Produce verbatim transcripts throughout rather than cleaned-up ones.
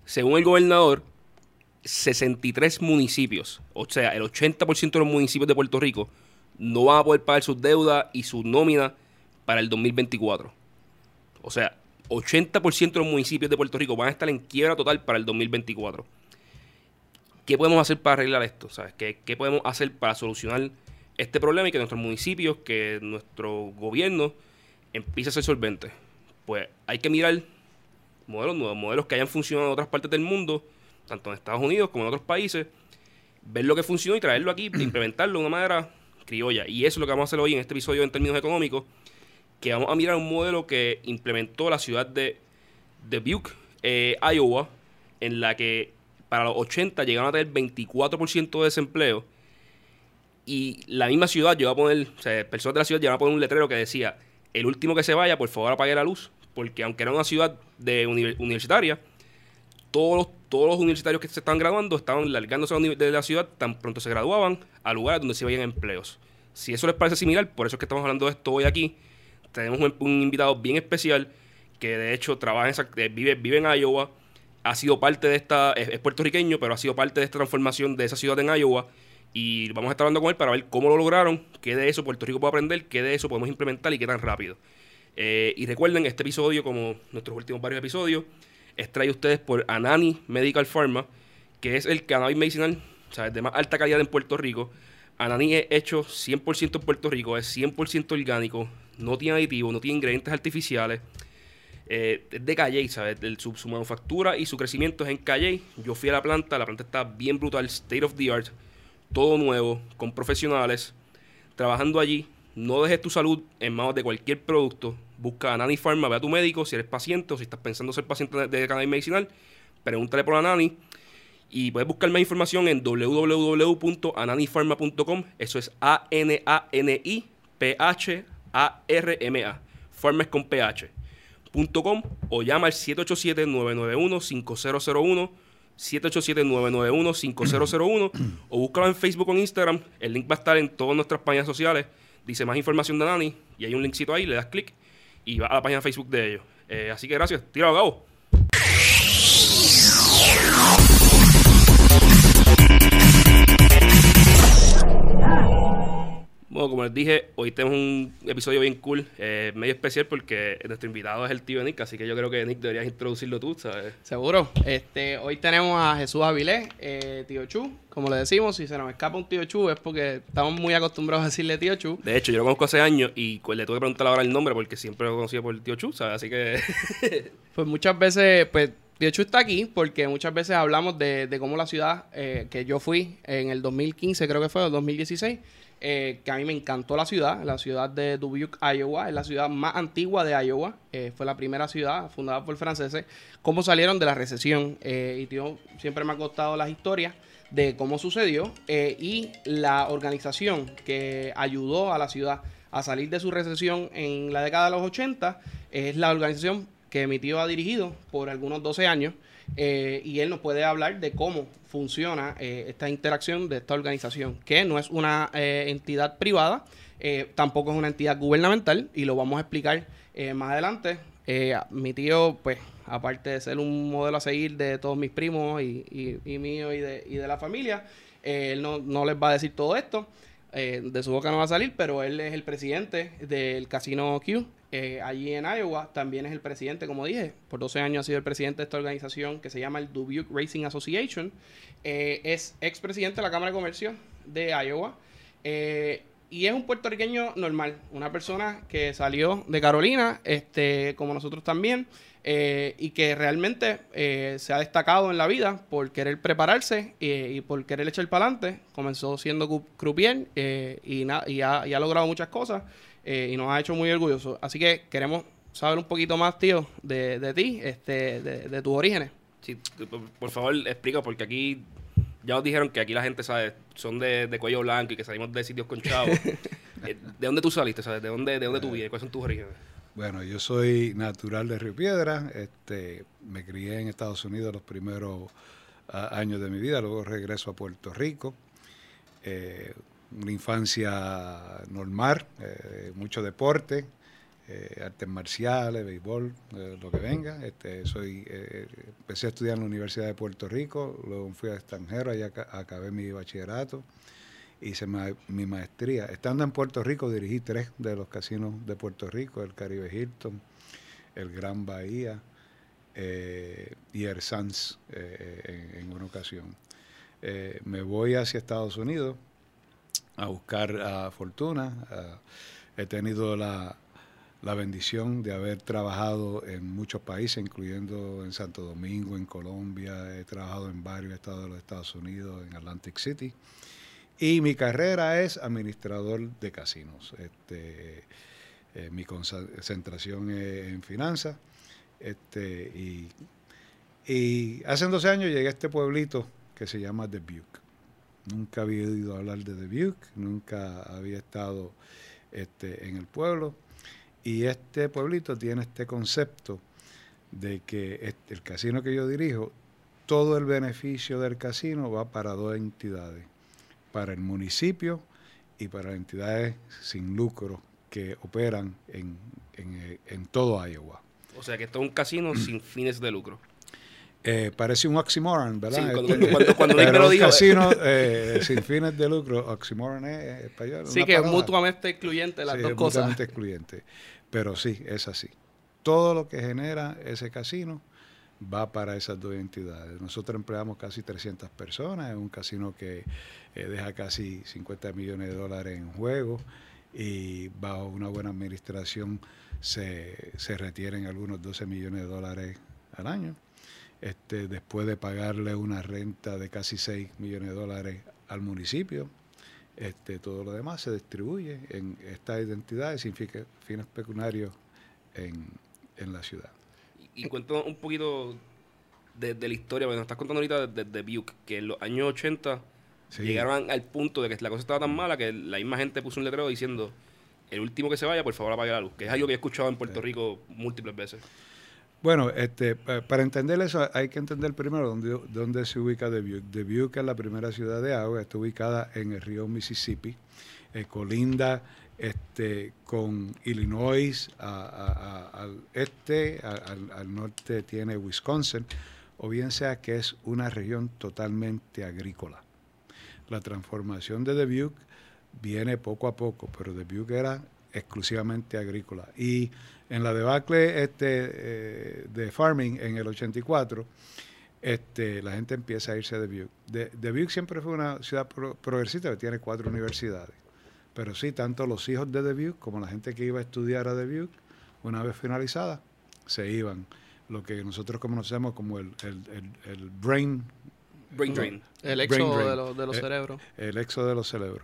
Según el gobernador, sesenta y tres municipios, o sea, el ochenta por ciento de los municipios de Puerto Rico no van a poder pagar sus deudas y su nómina para el dos mil veinticuatro. O sea, ochenta por ciento de los municipios de Puerto Rico van a estar en quiebra total para el dos mil veinticuatro. ¿Qué podemos hacer para arreglar esto? ¿Sabes? ¿Qué, ¿Qué podemos hacer para solucionar este problema y que nuestros municipios, que nuestro gobierno empiece a ser solvente? Pues hay que mirar modelos nuevos, modelos que hayan funcionado en otras partes del mundo, tanto en Estados Unidos como en otros países, ver lo que funcionó y traerlo aquí, implementarlo de una manera criolla. Y eso es lo que vamos a hacer hoy en este episodio en términos económicos, que vamos a mirar un modelo que implementó la ciudad de, de Butte, eh, Iowa, en la que para los ochenta llegaron a tener veinticuatro por ciento de desempleo, y la misma ciudad llegó a poner, o sea, personas de la ciudad llegaron a poner un letrero que decía: el último que se vaya, por favor apague la luz, porque aunque era una ciudad de uni- universitaria, todos los, todos los universitarios que se estaban graduando estaban largándose de la ciudad tan pronto se graduaban a lugares donde se veían empleos. Si eso les parece similar, por eso es que estamos hablando de esto hoy aquí. Tenemos un, un invitado bien especial que de hecho trabaja en esa, vive, vive en Iowa, ha sido parte de esta, es, es puertorriqueño, pero ha sido parte de esta transformación de esa ciudad en Iowa, y vamos a estar hablando con él para ver cómo lo lograron, qué de eso Puerto Rico puede aprender, qué de eso podemos implementar y qué tan rápido. Eh, y recuerden, este episodio, como nuestros últimos varios episodios, es traído a ustedes por Anani Medical Pharma, que es el cannabis medicinal, o sea, de más alta calidad en Puerto Rico. Anani es hecho cien por ciento en Puerto Rico, es cien por ciento orgánico, no tiene aditivos, no tiene ingredientes artificiales. Eh, es de Calley, ¿sabes? El, su, su manufactura y su crecimiento es en Calley. Yo fui a la planta, la planta está bien brutal, state of the art, todo nuevo, con profesionales, trabajando allí. No dejes tu salud en manos de cualquier producto. Busca a Anani Pharma, ve a tu médico si eres paciente o si estás pensando ser paciente de, de cannabis medicinal. Pregúntale por Anani. Y puedes buscar más información en w w w punto anani pharma punto com. Eso es A N A N I P H A R M A. Pharma es con P H. .com, o llama al siete ocho siete, nueve nueve uno, cinco cero cero uno, siete ocho siete, nueve nueve uno, cinco cero cero uno, o búscalo en Facebook o en Instagram. El link va a estar en todas nuestras páginas sociales. Dice más información de Anani y hay un linkcito ahí, le das clic y va a la página de Facebook de ellos. Eh, así que gracias. Tíralo, Gabo. Bueno, como les dije, hoy tenemos un episodio bien cool, eh, medio especial porque nuestro invitado es el tío de Nick, así que yo creo que Nick deberías introducirlo tú, ¿sabes? Seguro. Este, hoy tenemos a Jesús Avilés, eh, tío Chu, como le decimos. Si se nos escapa un tío Chu es porque estamos muy acostumbrados a decirle tío Chu. De hecho, yo lo conozco hace años y pues, le tuve que preguntar ahora el nombre porque siempre lo conocía por el tío Chu, ¿sabes? Así que... Pues muchas veces, pues tío Chu está aquí porque muchas veces hablamos de, de cómo la ciudad, eh, que yo fui en el dos mil quince, creo que fue, o dos mil dieciséis, Eh, que a mí me encantó la ciudad, la ciudad de Dubuque, Iowa, es la ciudad más antigua de Iowa, eh, fue la primera ciudad fundada por franceses, cómo salieron de la recesión, eh, y tío, siempre me ha costado las historias de cómo sucedió, eh, y la organización que ayudó a la ciudad a salir de su recesión en la década de los ochenta, eh, es la organización que mi tío ha dirigido por algunos doce años, eh, y él nos puede hablar de cómo funciona eh, esta interacción de esta organización, que no es una eh, entidad privada, eh, tampoco es una entidad gubernamental, y lo vamos a explicar eh, más adelante. Eh, mi tío, pues, aparte de ser un modelo a seguir de todos mis primos y, y, y mío y de, y de la familia, eh, él no, no les va a decir todo esto, eh, de su boca no va a salir, pero él es el presidente del Casino Q, eh, allí en Iowa. También es el presidente, como dije, por doce años ha sido el presidente de esta organización que se llama el Dubuque Racing Association. Eh, es expresidente de la Cámara de Comercio de Iowa, eh, y es un puertorriqueño normal, una persona que salió de Carolina, este, como nosotros también, eh, y que realmente eh, se ha destacado en la vida por querer prepararse eh, y por querer echar para adelante. Comenzó siendo croupier eh, y, na- y, ha, y ha logrado muchas cosas, eh, y nos ha hecho muy orgullosos. Así que queremos saber un poquito más, tío, de, de ti, este, de, de tus orígenes. Sí, por, por favor, explica, porque aquí ya nos dijeron que aquí la gente, ¿sabes? Son de, de cuello blanco y que salimos de sitios con chavos. Eh, ¿De dónde tú saliste? ¿Sabes? ¿De dónde, de dónde tú vienes? ¿Cuáles son tus orígenes? Bueno, yo soy natural de Río Piedra, este, me crié en Estados Unidos los primeros uh, años de mi vida, luego regreso a Puerto Rico. Eh, una infancia normal, eh, mucho deporte, eh, artes marciales, béisbol, eh, lo que venga. Este, soy, eh, empecé a estudiar en la Universidad de Puerto Rico, luego fui al extranjero, allá acabé mi bachillerato, hice ma mi maestría. Estando en Puerto Rico dirigí tres de los casinos de Puerto Rico, el Caribe Hilton, el Gran Bahía eh, y el Sands eh, en, en una ocasión. Eh, me voy hacia Estados Unidos a buscar uh, fortuna. Uh, he tenido la, la bendición de haber trabajado en muchos países, incluyendo en Santo Domingo, en Colombia. He trabajado en varios estados de los Estados Unidos, en Atlantic City. Y mi carrera es administrador de casinos. Este, eh, mi concentración es en finanzas. Este, y, y hace doce años llegué a este pueblito que se llama Dubuque. Nunca había oído hablar de Dubuque, nunca había estado este, en el pueblo. Y este pueblito tiene este concepto de que este, el casino que yo dirijo, todo el beneficio del casino va para dos entidades, para el municipio y para las entidades sin lucro que operan en, en, en todo Iowa. O sea que esto es un casino sin fines de lucro. Eh, parece un oxymoron, ¿verdad? Sí, cuando, este, cuando, cuando Nick me lo un dijo. casino eh, sin fines de lucro, oxymoron es español. Sí, que es mutuamente excluyente las sí, dos es cosas. Mutuamente excluyente. Pero sí, es así. Todo lo que genera ese casino va para esas dos entidades. Nosotros empleamos casi trescientas personas, es un casino que eh, deja casi cincuenta millones de dólares en juego y bajo una buena administración se, se retienen algunos doce millones de dólares al año. Este, después de pagarle una renta de casi seis millones de dólares al municipio, este, todo lo demás se distribuye en estas identidades sin fines pecuniarios en, en la ciudad. Y, y cuéntanos un poquito de, de la historia, porque nos estás contando ahorita de, de, de Dubuque, que en los años ochenta sí. llegaron al punto de que la cosa estaba tan mala que la misma gente puso un letrero diciendo el último que se vaya, por favor apague la luz, que es algo que he escuchado en Puerto sí. Rico múltiples veces. Bueno, este, para entender eso hay que entender primero dónde, dónde se ubica Dubuque. Dubuque es la primera ciudad de Iowa, está ubicada en el río Mississippi, eh, colinda este, con Illinois a, a, a, al este, a, al, al norte tiene Wisconsin, o bien sea que es una región totalmente agrícola. La transformación de Dubuque viene poco a poco, pero Dubuque era exclusivamente agrícola. Y en la debacle este, eh, de farming en el ochenta y cuatro, este, la gente empieza a irse a Dubuque. De, Dubuque siempre fue una ciudad pro, progresista que tiene cuatro universidades. Pero sí, tanto los hijos de Dubuque como la gente que iba a estudiar a Dubuque, una vez finalizada, se iban. Lo que nosotros conocemos como el, el, el, el brain... Brain drain. El éxodo de, lo, de los el, cerebros. El éxodo de los cerebros.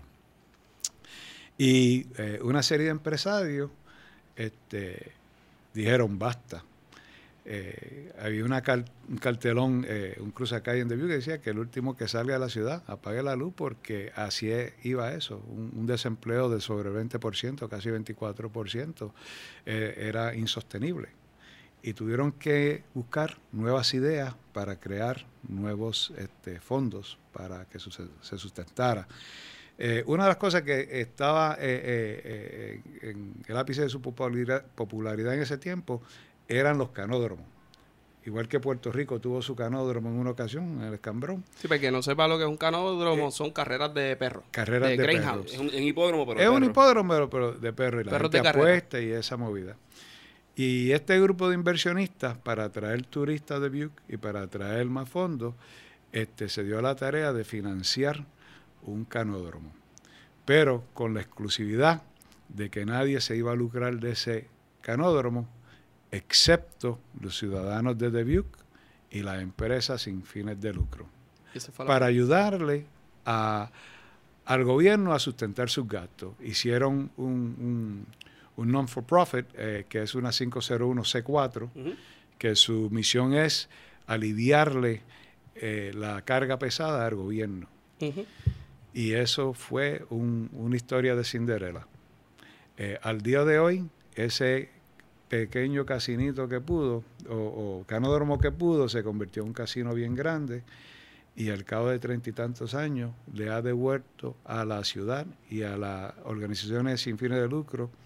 Y eh, una serie de empresarios este, dijeron basta. Eh, había una cal, un cartelón, eh, un cruzacalle en Dubuque que decía que el último que salga de la ciudad apague la luz porque así es, iba eso, un, un desempleo de sobre veinte por ciento, casi veinticuatro por ciento, eh, era insostenible. Y tuvieron que buscar nuevas ideas para crear nuevos este, fondos para que su, se sustentara. Eh, una de las cosas que estaba eh, eh, eh, en el ápice de su popularidad, popularidad en ese tiempo eran los canódromos. Igual que Puerto Rico tuvo su canódromo en una ocasión, en el Escambrón. Sí, para que no sepa lo que es un canódromo, eh, son carreras de perros. Carreras de, de perros. Es un, un hipódromo, pero Es de un perro. hipódromo, pero, pero de perro. Y la Perros gente de apuesta y esa movida. Y este grupo de inversionistas, para atraer turistas de Dubuque y para atraer más fondos, este, se dio a la tarea de financiar un canódromo, pero con la exclusividad de que nadie se iba a lucrar de ese canódromo, excepto los ciudadanos de Dubuque y las empresas sin fines de lucro, para ayudarle a, al gobierno a sustentar sus gastos. Hicieron un, un, un non-for-profit, eh, que es una cinco cero uno C cuatro, uh-huh. que su misión es aliviarle eh, la carga pesada al gobierno. Uh-huh. Y eso fue un, una historia de Cinderella. Eh, al día de hoy, ese pequeño casinito que pudo, o, o canódromo que pudo, se convirtió en un casino bien grande y al cabo de treinta y tantos años le ha devuelto a la ciudad y a las organizaciones sin fines de lucro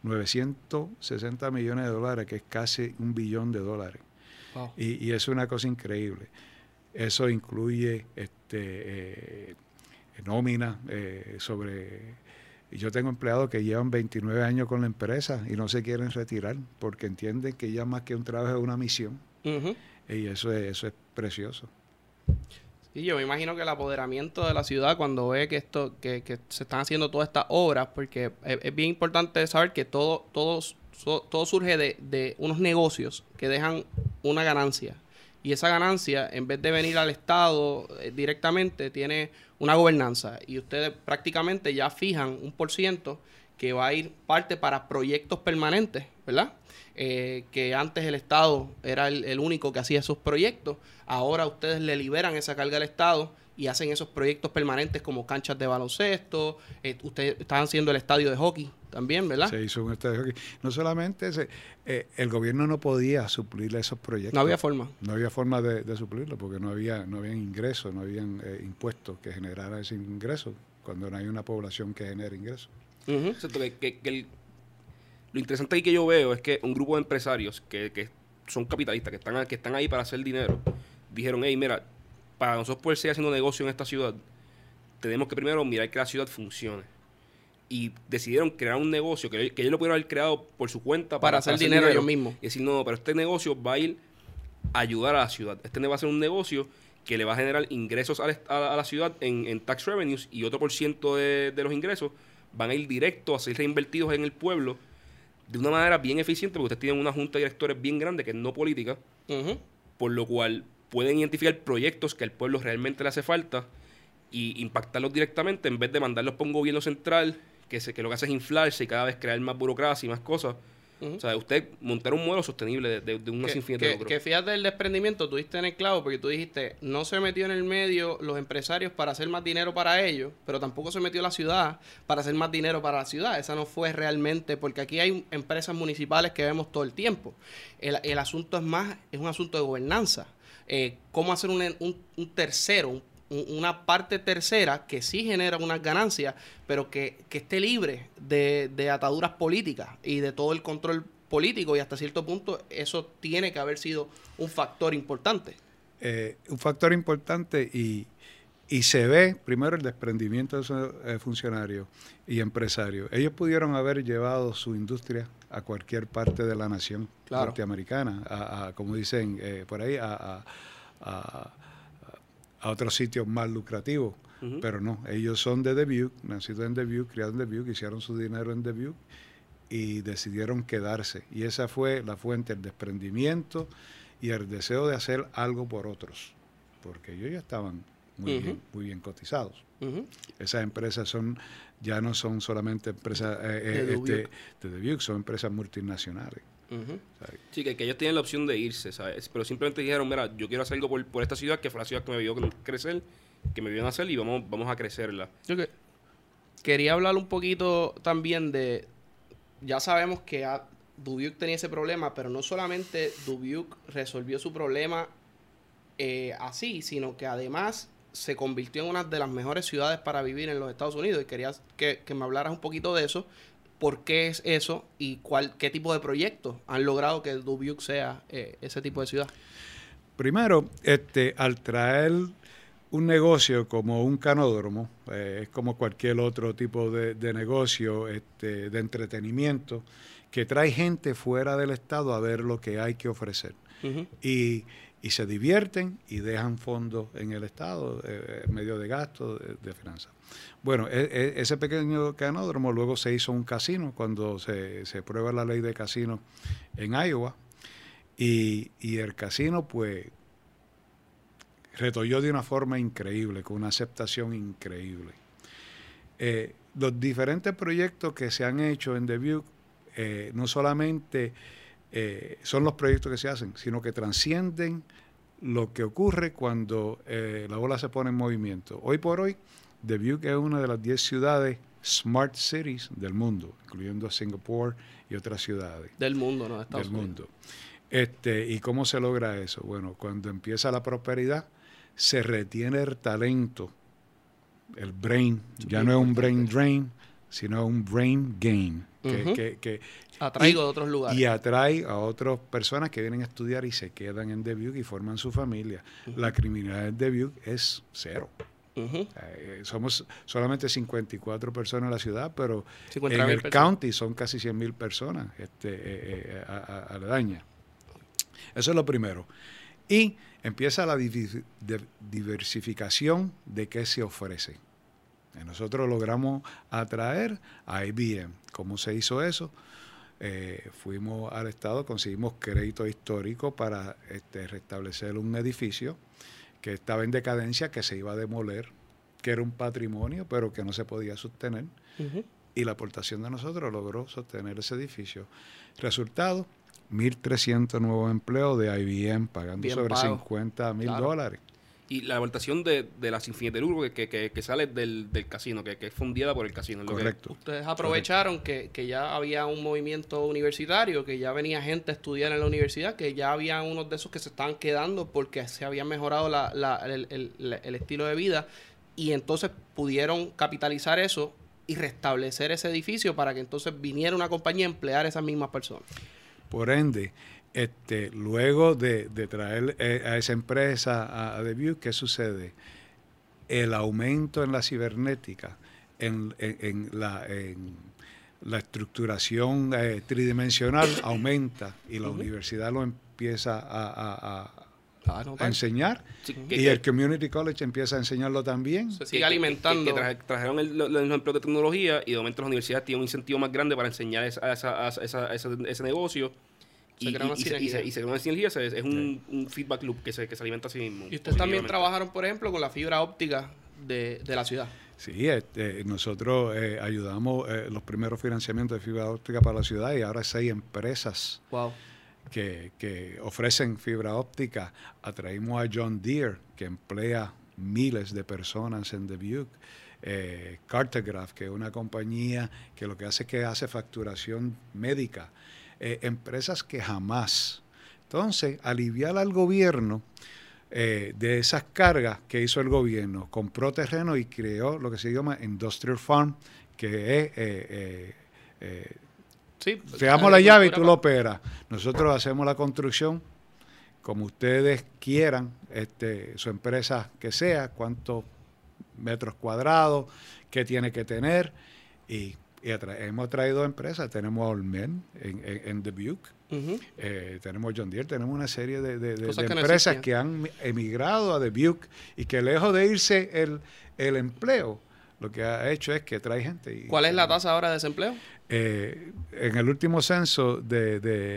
novecientos sesenta millones de dólares, que es casi un billón de dólares. Wow. Y, y es una cosa increíble. Eso incluye este, eh, nómina eh, sobre... Yo tengo empleados que llevan veintinueve años con la empresa y no se quieren retirar porque entienden que ya más que un trabajo es una misión. Uh-huh. Y eso es, eso es precioso. Y yo me imagino que el apoderamiento de la ciudad cuando ve que esto que, que se están haciendo todas estas obras, porque es, es bien importante saber que todo todo, todo surge de, de unos negocios que dejan una ganancia. Y esa ganancia, en vez de venir al Estado eh, directamente, tiene una gobernanza. Y ustedes prácticamente ya fijan un por ciento que va a ir parte para proyectos permanentes, ¿verdad? Eh, que antes el Estado era el, el único que hacía esos proyectos. Ahora ustedes le liberan esa carga al Estado y hacen esos proyectos permanentes como canchas de baloncesto. Eh, ustedes están haciendo el estadio de hockey también, ¿verdad? Se hizo un estadio de hockey. No solamente ese, eh, el gobierno no podía suplirle esos proyectos. No había forma. No había forma de, de suplirlo porque no había no habían ingresos, no habían eh, impuestos que generaran ese ingreso cuando no hay una población que genere ingresos. Uh-huh. Exacto, que, que, que el, lo interesante ahí que yo veo es que un grupo de empresarios que, que son capitalistas, que están, que están ahí para hacer dinero, dijeron, hey, mira, para nosotros poder seguir haciendo negocio en esta ciudad, tenemos que primero mirar que la ciudad funcione. Y decidieron crear un negocio que, que ellos lo pudieron haber creado por su cuenta para, para hacer, hacer dinero, dinero ellos mismos. Y decir, no, pero este negocio va a ir a ayudar a la ciudad. Este va a ser un negocio que le va a generar ingresos a la, a la ciudad en, en tax revenues y otro por ciento de, de los ingresos van a ir directo a ser reinvertidos en el pueblo de una manera bien eficiente porque ustedes tienen una junta de directores bien grande que es no política, uh-huh. por lo cual pueden identificar proyectos que al pueblo realmente le hace falta y impactarlos directamente en vez de mandarlos por un gobierno central que, se, que lo que hace es inflarse y cada vez crear más burocracia y más cosas. Uh-huh. O sea, usted montar un modelo sostenible de, de, de una infinidad de logros. Que fíjate el desprendimiento, tú diste en el clavo porque tú dijiste, no se metió en el medio los empresarios para hacer más dinero para ellos, pero tampoco se metió la ciudad para hacer más dinero para la ciudad. Esa no fue realmente, porque aquí hay empresas municipales que vemos todo el tiempo. El, el asunto es más, es un asunto de gobernanza. Eh, cómo hacer un, un, un tercero, un una parte tercera que sí genera unas ganancias, pero que, que esté libre de, de ataduras políticas y de todo el control político, y hasta cierto punto eso tiene que haber sido un factor importante. Eh, un factor importante y, y se ve primero el desprendimiento de esos eh, funcionarios y empresarios. Ellos pudieron haber llevado su industria a cualquier parte de la nación claro. norteamericana, a, a, como dicen eh, por ahí, a... a, a a otros sitios más lucrativos, uh-huh. pero no, ellos son de Dubuque, nacidos en Dubuque, criados en Dubuque, hicieron su dinero en Dubuque y decidieron quedarse. Y esa fue la fuente, el desprendimiento y el deseo de hacer algo por otros, porque ellos ya estaban muy, uh-huh. bien, muy bien cotizados. Uh-huh. Esas empresas son ya no son solamente empresas eh, de, Dubuque. Este, de Dubuque, son empresas multinacionales. Uh-huh. Sí, que, que ellos tienen la opción de irse, ¿sabes? Pero simplemente dijeron, mira, yo quiero hacer algo por, por esta ciudad, que fue la ciudad que me vio crecer, que me vio nacer y vamos, vamos a crecerla. Yo que, quería hablar un poquito también de, ya sabemos que a, Dubuque tenía ese problema, pero no solamente Dubuque resolvió su problema eh, así, sino que además se convirtió en una de las mejores ciudades para vivir en los Estados Unidos, y quería que, que me hablaras un poquito de eso. ¿Por qué es eso y cuál, qué tipo de proyectos han logrado que Dubuque sea eh, ese tipo de ciudad? Primero, este, al traer un negocio como un canódromo, eh, es como cualquier otro tipo de, de negocio este, de entretenimiento, que trae gente fuera del estado a ver lo que hay que ofrecer. Uh-huh. Y, y se divierten y dejan fondos en el estado, eh, medio de gasto, de, de finanzas. Bueno, e, e, ese pequeño canódromo luego se hizo un casino cuando se, se prueba la ley de casino en Iowa, y, y el casino pues retolló de una forma increíble, con una aceptación increíble. Eh, los diferentes proyectos que se han hecho en Dubuque eh, no solamente eh, son los proyectos que se hacen, sino que trascienden lo que ocurre cuando eh, la bola se pone en movimiento. Hoy por hoy, Dubuque es una de las diez ciudades Smart Cities del mundo, incluyendo Singapur y otras ciudades. Del mundo, ¿no? De Estados del Unidos. mundo. Este, ¿y cómo se logra eso? Bueno, cuando empieza la prosperidad, se retiene el talento, el brain. Ya no es un brain drain, sino un brain gain. que, Ujú. que, que Atraigo y- de otros lugares. Y atrae a otras personas que vienen a estudiar y se quedan en Dubuque y forman su familia. La criminalidad en Dubuque es cero. Ujú. Eh, somos solamente cincuenta y cuatro personas en la ciudad, pero cincuenta en mil el personas. county son casi cien mil personas este, eh, eh, a- a- aledañas. Eso es lo primero. Y empieza la divi- de- diversificación de qué se ofrece. Eh, Nosotros logramos atraer a I B M. ¿Cómo se hizo eso? Eh, fuimos al Estado, conseguimos crédito histórico para este, restablecer un edificio que estaba en decadencia, que se iba a demoler, que era un patrimonio, pero que no se podía sostener. Ujú. Y la aportación de nosotros logró sostener ese edificio. Resultado, mil trescientos nuevos empleos de I B M, pagando Bien sobre pago. cincuenta mil Claro. dólares. Y la aportación de, de la sin fines de lucro que, que, que, que sale del, del casino, que, que es fundida por el casino. es lo que- Correcto. Ustedes aprovecharon que, que ya había un movimiento universitario, que ya venía gente a estudiar en la universidad, que ya había unos de esos que se estaban quedando porque se había mejorado la, la- el, el- el estilo de vida, y entonces pudieron capitalizar eso y restablecer ese edificio para que entonces viniera una compañía a emplear a esas mismas personas. Por ende, este, luego de, de traer eh, a esa empresa a, a Dubuque, ¿qué sucede? El aumento en la cibernética, en, en- en la, en la estructuración eh, tridimensional aumenta y la Ujú. universidad lo empieza a, a- a- Ah, a no, tal. enseñar Sí, y que- el Community College empieza a enseñarlo también. Se que- sigue que- alimentando. Que, que traje- trajeron el- lo- los empleos de tecnología y de momento las universidades tienen un incentivo más grande para enseñar esa, esa- esa- esa- ese, ese negocio. Se y, crea una y- y se, y, sinergia. se, y se crea una sinergia. se- es un, un feedback loop que se, que se alimenta a sí mismo. Y ustedes también positivamente. trabajaron, por ejemplo, con la fibra óptica de, de la ciudad. Sí, este, nosotros eh, ayudamos eh, los primeros financiamientos de fibra óptica para la ciudad y ahora hay seis empresas Wow. que, que ofrecen fibra óptica. Atraímos a John Deere, que emplea miles de personas en Dubuque. Eh, Cartograph, que es una compañía que lo que hace es que hace facturación médica. Eh, empresas que jamás. Entonces, aliviar al gobierno eh, de esas cargas que hizo el gobierno. Compró terreno y creó lo que se llama Industrial Farm, que es... Eh, eh, eh, Sí, te damos la llave y tú lo agricultura operas. Nosotros hacemos la construcción como ustedes quieran, este, su empresa que sea, cuántos metros cuadrados, qué tiene que tener. Y, y atra- hemos traído empresas, tenemos a Olmen en, en, en Dubuque, pa- Ujú. eh, tenemos John Deere, tenemos una serie de, de- de- Cosas de que no empresas existían. que han emigrado a Dubuque y que lejos de irse el, el empleo, lo que ha hecho es que trae gente. Y, ¿Cuál es la tasa ahora de desempleo? eh, en el último censo de,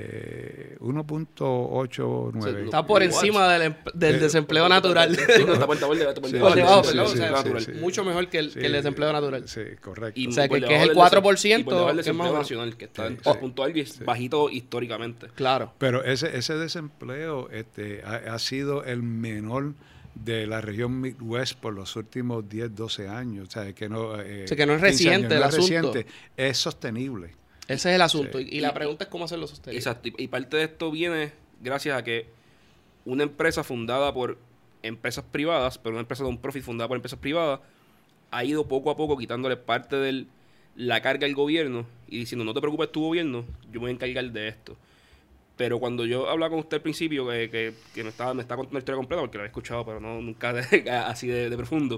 de uno punto ochenta y nueve. Está por What? encima del, em- del Eh, desempleo natural. Sí, no, está por, está por debajo, por Sí, debajo Por del debajo, desempleo perdón, o sea, natural. sí, sí. Mucho mejor que el, Sí, que el desempleo natural. Sí, correcto. Y O sea, por que- debajo que es el del cuatro desem- por y ciento, por debajo del que es más desempleo o menos. nacional, que está en Sí, sí. punto algo y es Sí. bajito históricamente. Claro. Pero ese, ese desempleo este, ha, ha sido el menor de la región Midwest por los últimos diez, doce años. O sea, que no, eh, O sea, que no es quince años, reciente el no es asunto. reciente, es sostenible. Ese es el asunto. Sí. Y, y la pregunta es cómo hacerlo sostenible. Exacto. Y, y parte de esto viene gracias a que una empresa fundada por empresas privadas, pero una empresa de un profit fundada por empresas privadas, ha ido poco a poco quitándole parte de la carga al gobierno y diciendo, no te preocupes tu gobierno, yo me voy a encargar de esto. Pero cuando yo hablaba con usted al principio, que, que, que me, estaba, me estaba contando la historia completa, porque la había escuchado, pero no nunca de- así de, de profundo,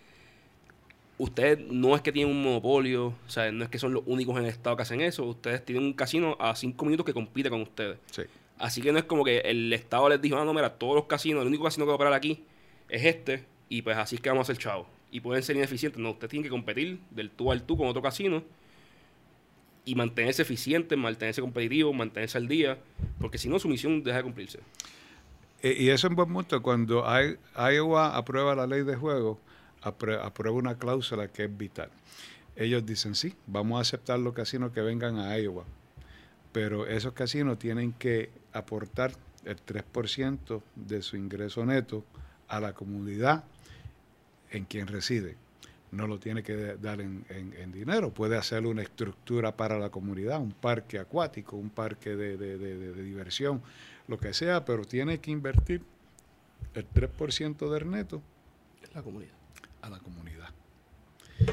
usted no es que tienen un monopolio, o sea, no es que son los únicos en el estado que hacen eso, ustedes tienen un casino a cinco minutos que compite con ustedes. Sí. Así que no es como que el estado les dijo, ah, no, mira, todos los casinos, el único casino que va a operar aquí es este, y pues así es que vamos a hacer chavo. Y pueden ser ineficientes. No, ustedes tienen que competir del tú al tú con otro casino y mantenerse eficientes, mantenerse competitivos, mantenerse al día, porque si no, su misión deja de cumplirse. Eh, y eso es un buen punto. Cuando I- Iowa aprueba la ley de juego, apre- aprueba una cláusula que es vital. Ellos dicen, sí, vamos a aceptar los casinos que vengan a Iowa, pero esos casinos tienen que aportar el tres por ciento de su ingreso neto a la comunidad en quien reside. No lo tiene que dar en, en- en dinero, puede hacer una estructura para la comunidad, un parque acuático, un parque de, de- de- de- de diversión, lo que sea, pero tiene que invertir el tres por ciento del neto La comunidad. a la comunidad.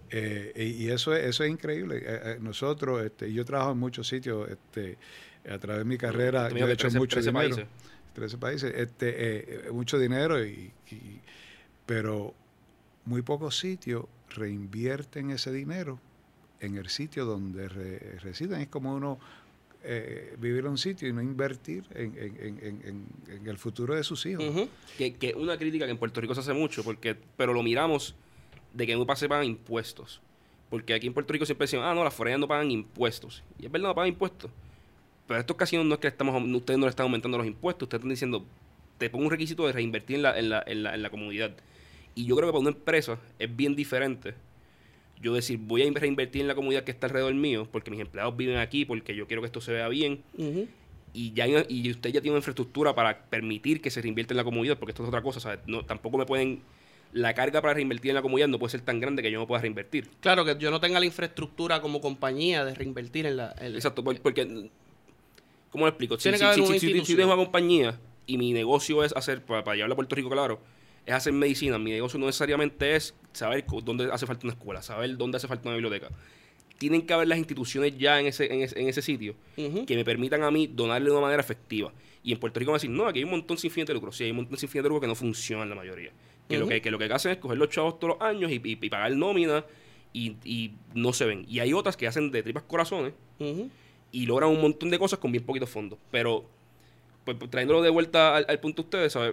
Eh, y, y eso es, eso es increíble. Eh, eh, nosotros, este, yo trabajo en muchos sitios, este, a través de mi carrera, yo he hecho trece, mucho trece dinero. países. trece países, este, eh, mucho dinero, y, y, pero muy pocos sitios reinvierten ese dinero en el sitio donde re, residen. Es como uno eh, vivir en un sitio y no invertir en, en, en, en, en el futuro de sus hijos. Uh-huh. Que, que una crítica que en Puerto Rico se hace mucho, porque pero lo miramos de que en Europa se pagan impuestos. Porque aquí en Puerto Rico siempre decían, ah, no, las foráneas no pagan impuestos. Y es verdad, no pagan impuestos. Pero estos casinos no es que estamos, ustedes no le están aumentando los impuestos, ustedes están diciendo, te pongo un requisito de reinvertir en la, en la, en la, en la comunidad. Y yo creo que para una empresa es bien diferente yo decir, voy a reinvertir en la comunidad que está alrededor mío, porque mis empleados viven aquí, porque yo quiero que esto se vea bien. Uh-huh. Y ya y usted ya tiene una infraestructura para permitir que se reinvierta en la comunidad, porque esto es otra cosa, ¿sabes? No, tampoco me pueden... La carga para reinvertir en la comunidad no puede ser tan grande que yo no pueda reinvertir. Claro, que yo no tenga la infraestructura como compañía de reinvertir en la... En Exacto, porque... ¿Cómo lo explico? Si, Tiene si, que haber si, una si, si, si tengo una compañía y mi negocio es hacer, para, para llevarla a Puerto Rico, claro, es hacer medicina, mi negocio no necesariamente es saber dónde hace falta una escuela, saber dónde hace falta una biblioteca. Tienen que haber las instituciones ya en ese, en ese, en ese sitio uh-huh. que me permitan a mí donarle de una manera efectiva. Y en Puerto Rico me van a decir, no, aquí hay un montón sin fines de lucro. Sí, hay un montón sin fines de lucro que no funcionan la mayoría. Que, uh-huh. lo, que, que lo que hacen es coger los chavos todos los años y, y, y pagar nómina y, y no se ven. Y hay otras que hacen de tripas corazones uh-huh. y logran un montón de cosas con bien poquitos fondos. Pero, pues, trayéndolo de vuelta al, al punto de ustedes, ¿sabes?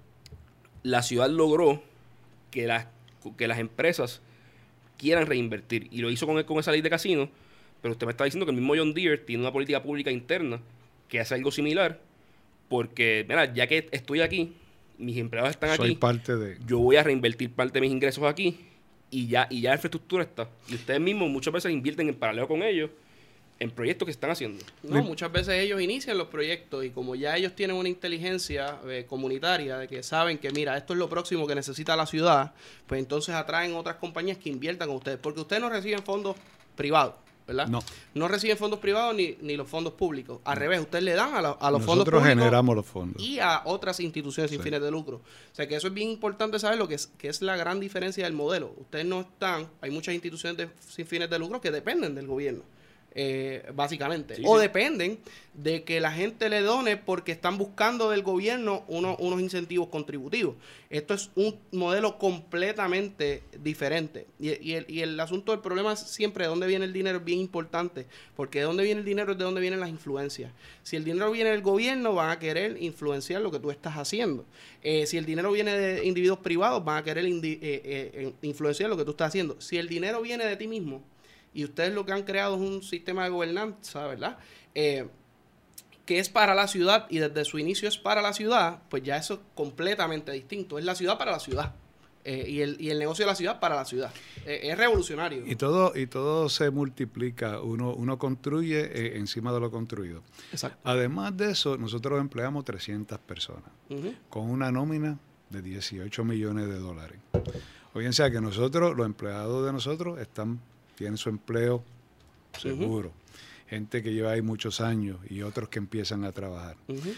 La ciudad logró que las, que las empresas quieran reinvertir. Y lo hizo con, con esa ley de casino. Pero usted me está diciendo que el mismo John Deere tiene una política pública interna que hace algo similar. Porque, mira, ya que estoy aquí, mis empleados están Soy aquí. parte de... Yo voy a reinvertir parte de mis ingresos aquí. Y ya, y ya la infraestructura está. Y ustedes mismos muchas veces invierten en paralelo con ellos en proyectos que están haciendo. No, muchas veces ellos inician los proyectos y como ya ellos tienen una inteligencia eh, comunitaria de que saben que, mira, esto es lo próximo que necesita la ciudad, pues entonces atraen otras compañías que inviertan con ustedes. Porque ustedes no reciben fondos privados, ¿verdad? No. No reciben fondos privados ni, ni los fondos públicos. Al no. revés, ustedes le dan a, la, a los Nosotros fondos públicos. Nosotros generamos los fondos. Y a otras instituciones sin sí. fines de lucro. O sea, que eso es bien importante saber lo que es, que es la gran diferencia del modelo. Ustedes no están, hay muchas instituciones de, sin fines de lucro que dependen del gobierno. Eh, básicamente. Sí, o sí. dependen de que la gente le done porque están buscando del gobierno uno, unos incentivos contributivos. Esto es un modelo completamente diferente. Y, y, el, y el asunto del problema es siempre de dónde viene el dinero es bien importante. Porque de dónde viene el dinero es de dónde vienen las influencias. Si el dinero viene del gobierno, van a querer influenciar lo que tú estás haciendo. Eh, si el dinero viene de individuos privados, van a querer indi- eh, eh, influenciar lo que tú estás haciendo. Si el dinero viene de ti mismo, y ustedes lo que han creado es un sistema de gobernanza, ¿verdad? Eh, que es para la ciudad y desde su inicio es para la ciudad, pues ya eso es completamente distinto. Es la ciudad para la ciudad. Eh, y, el, y el negocio de la ciudad para la ciudad. Eh, es revolucionario. Y todo y todo se multiplica. Uno, uno construye eh, encima de lo construido. Exacto. Además de eso, nosotros empleamos trescientas personas uh-huh. con una nómina de dieciocho millones de dólares. Fíjense que nosotros, los empleados de nosotros, están... tienen su empleo seguro. Uh-huh. Gente que lleva ahí muchos años y otros que empiezan a trabajar. Uh-huh.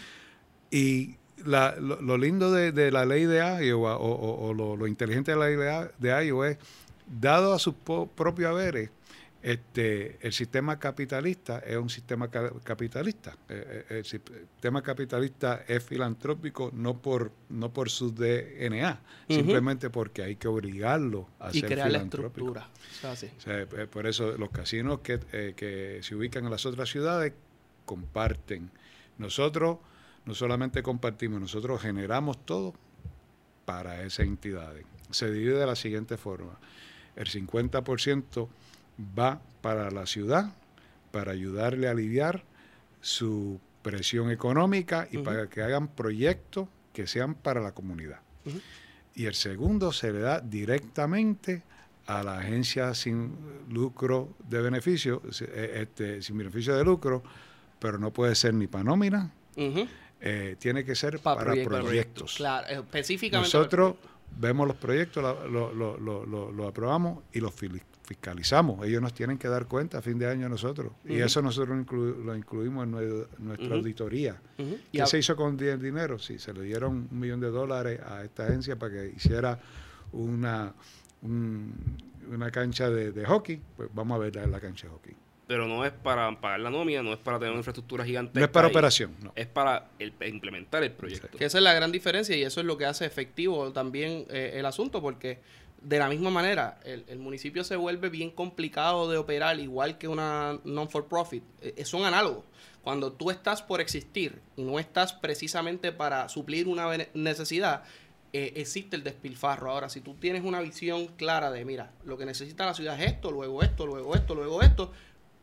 Y la, lo, lo lindo de, de la ley de Iowa o, o, o lo, lo inteligente de la ley de, de Iowa es, dado a sus po, propios haberes, este, el sistema capitalista es un sistema ca- capitalista. Eh, el sistema capitalista es filantrópico no por no por su D N A, uh-huh. simplemente porque hay que obligarlo a y ser crear filantrópico. La estructura. O sea, o sea, por eso los casinos que, eh, que se ubican en las otras ciudades comparten. Nosotros no solamente compartimos, nosotros generamos todo para esas entidades. Se divide de la siguiente forma. El cincuenta por ciento va para la ciudad, para ayudarle a aliviar su presión económica y uh-huh. para que hagan proyectos que sean para la comunidad. Uh-huh. Y el segundo se le da directamente a la agencia sin lucro de beneficio, este, sin beneficio de lucro, pero no puede ser ni para nómina, uh-huh. eh, tiene que ser pa para proyectos. proyectos. Claro, específicamente. Nosotros vemos los proyectos, lo, lo, lo, lo, lo, lo aprobamos y los fiscalizamos. Ellos nos tienen que dar cuenta a fin de año a nosotros. Uh-huh. Y eso nosotros inclu lo incluimos en nuestro, nuestra uh-huh. auditoría. Uh-huh. ¿Qué se hizo con el dinero? Sí, se le dieron un millón de dólares a esta agencia para que hiciera una, un, una cancha de, de hockey, pues vamos a ver la, la cancha de hockey. Pero no es para pagar la nómina, no es para tener una infraestructura gigantesca. No es para ahí, operación, no. Es para el, implementar el proyecto. Que esa es la gran diferencia y eso es lo que hace efectivo también eh, el asunto, porque de la misma manera el, el municipio se vuelve bien complicado de operar, igual que una non-for-profit. Eh, son análogos. Cuando tú estás por existir y no estás precisamente para suplir una necesidad, eh, existe el despilfarro. Ahora, si tú tienes una visión clara de, mira, lo que necesita la ciudad es esto, luego esto, luego esto, luego esto,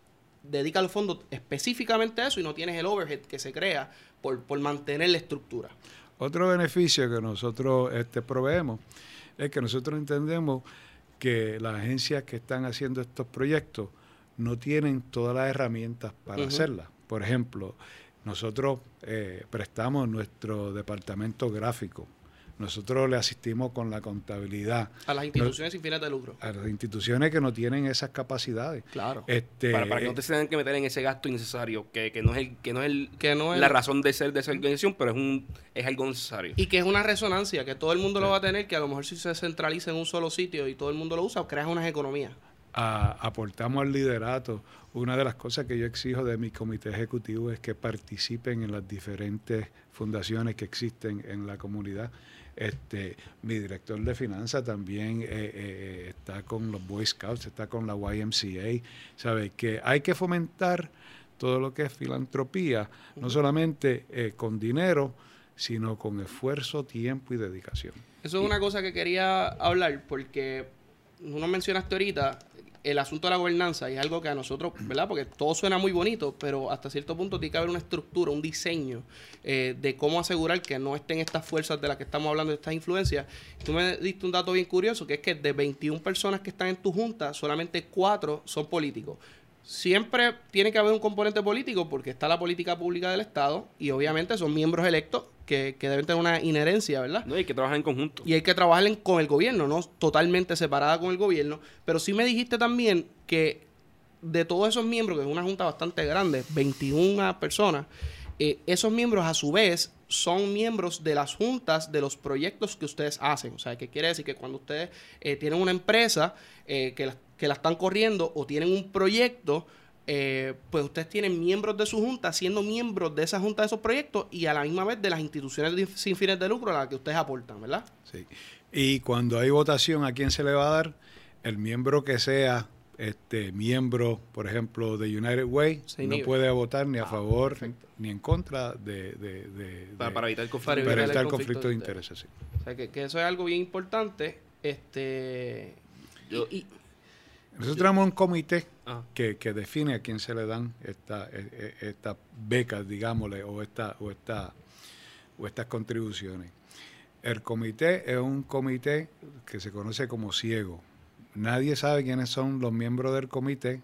dedica los fondos específicamente a eso y no tienes el overhead que se crea por, por mantener la estructura. Otro beneficio que nosotros este, proveemos es que nosotros entendemos que las agencias que están haciendo estos proyectos no tienen todas las herramientas para uh-huh. hacerlas. Por ejemplo, nosotros eh, prestamos nuestro departamento gráfico. Nosotros le asistimos con la contabilidad. A las instituciones sin fines de lucro. A las instituciones que no tienen esas capacidades. Claro. Este, para, para que no te tengan que meter en ese gasto innecesario, que, que no es, el, que no es, el, que no es la el, razón de ser de esa organización, pero es un es algo necesario. Y que es una resonancia, que todo el mundo sí. lo va a tener, que a lo mejor si se centraliza en un solo sitio y todo el mundo lo usa, creas unas economías. A, aportamos al liderato. Una de las cosas que yo exijo de mi comité ejecutivo es que participen en las diferentes fundaciones que existen en la comunidad. Este, mi director de finanzas también eh, eh, está con los Boy Scouts, está con la Y M C A. ¿Sabe? Que hay que fomentar todo lo que es filantropía, uh-huh. no solamente eh, con dinero, sino con esfuerzo, tiempo y dedicación. Eso es una cosa que quería hablar, porque uno mencionaste ahorita el asunto de la gobernanza, y es algo que a nosotros, ¿verdad? Porque todo suena muy bonito, pero hasta cierto punto tiene que haber una estructura, un diseño eh, de cómo asegurar que no estén estas fuerzas de las que estamos hablando, de estas influencias. Tú me diste un dato bien curioso, que es que de veintiuna personas que están en tu junta, solamente cuatro son políticos. Siempre tiene que haber un componente político porque está la política pública del Estado y obviamente son miembros electos que, que deben tener una inherencia, ¿verdad? No, hay que trabajar en conjunto. Y hay que trabajar en, con el gobierno, no totalmente separada con el gobierno. Pero sí me dijiste también que de todos esos miembros, que es una junta bastante grande, veintiuna personas, eh, esos miembros a su vez son miembros de las juntas de los proyectos que ustedes hacen. O sea, que quiere decir que cuando ustedes eh, tienen una empresa eh, que, la, que la están corriendo o tienen un proyecto, eh, pues ustedes tienen miembros de su junta siendo miembros de esa junta de esos proyectos y a la misma vez de las instituciones de, sin fines de lucro a las que ustedes aportan, ¿verdad? Sí. Y cuando hay votación, ¿a quién se le va a dar? El miembro que sea este miembro, por ejemplo, de United Way, sí, no puede votar ni a ah, favor perfecto. ni en contra de... de, de, para, de para evitar el conflicto, para evitar el el conflicto, conflicto de intereses. Sí. O sea, que, que eso es algo bien importante. Este Yo, y, y, Nosotros tenemos un comité ah. que, que define a quién se le dan estas esta becas, digámosle, o, esta, o, esta, o estas contribuciones. El comité es un comité que se conoce como ciego. Nadie sabe quiénes son los miembros del comité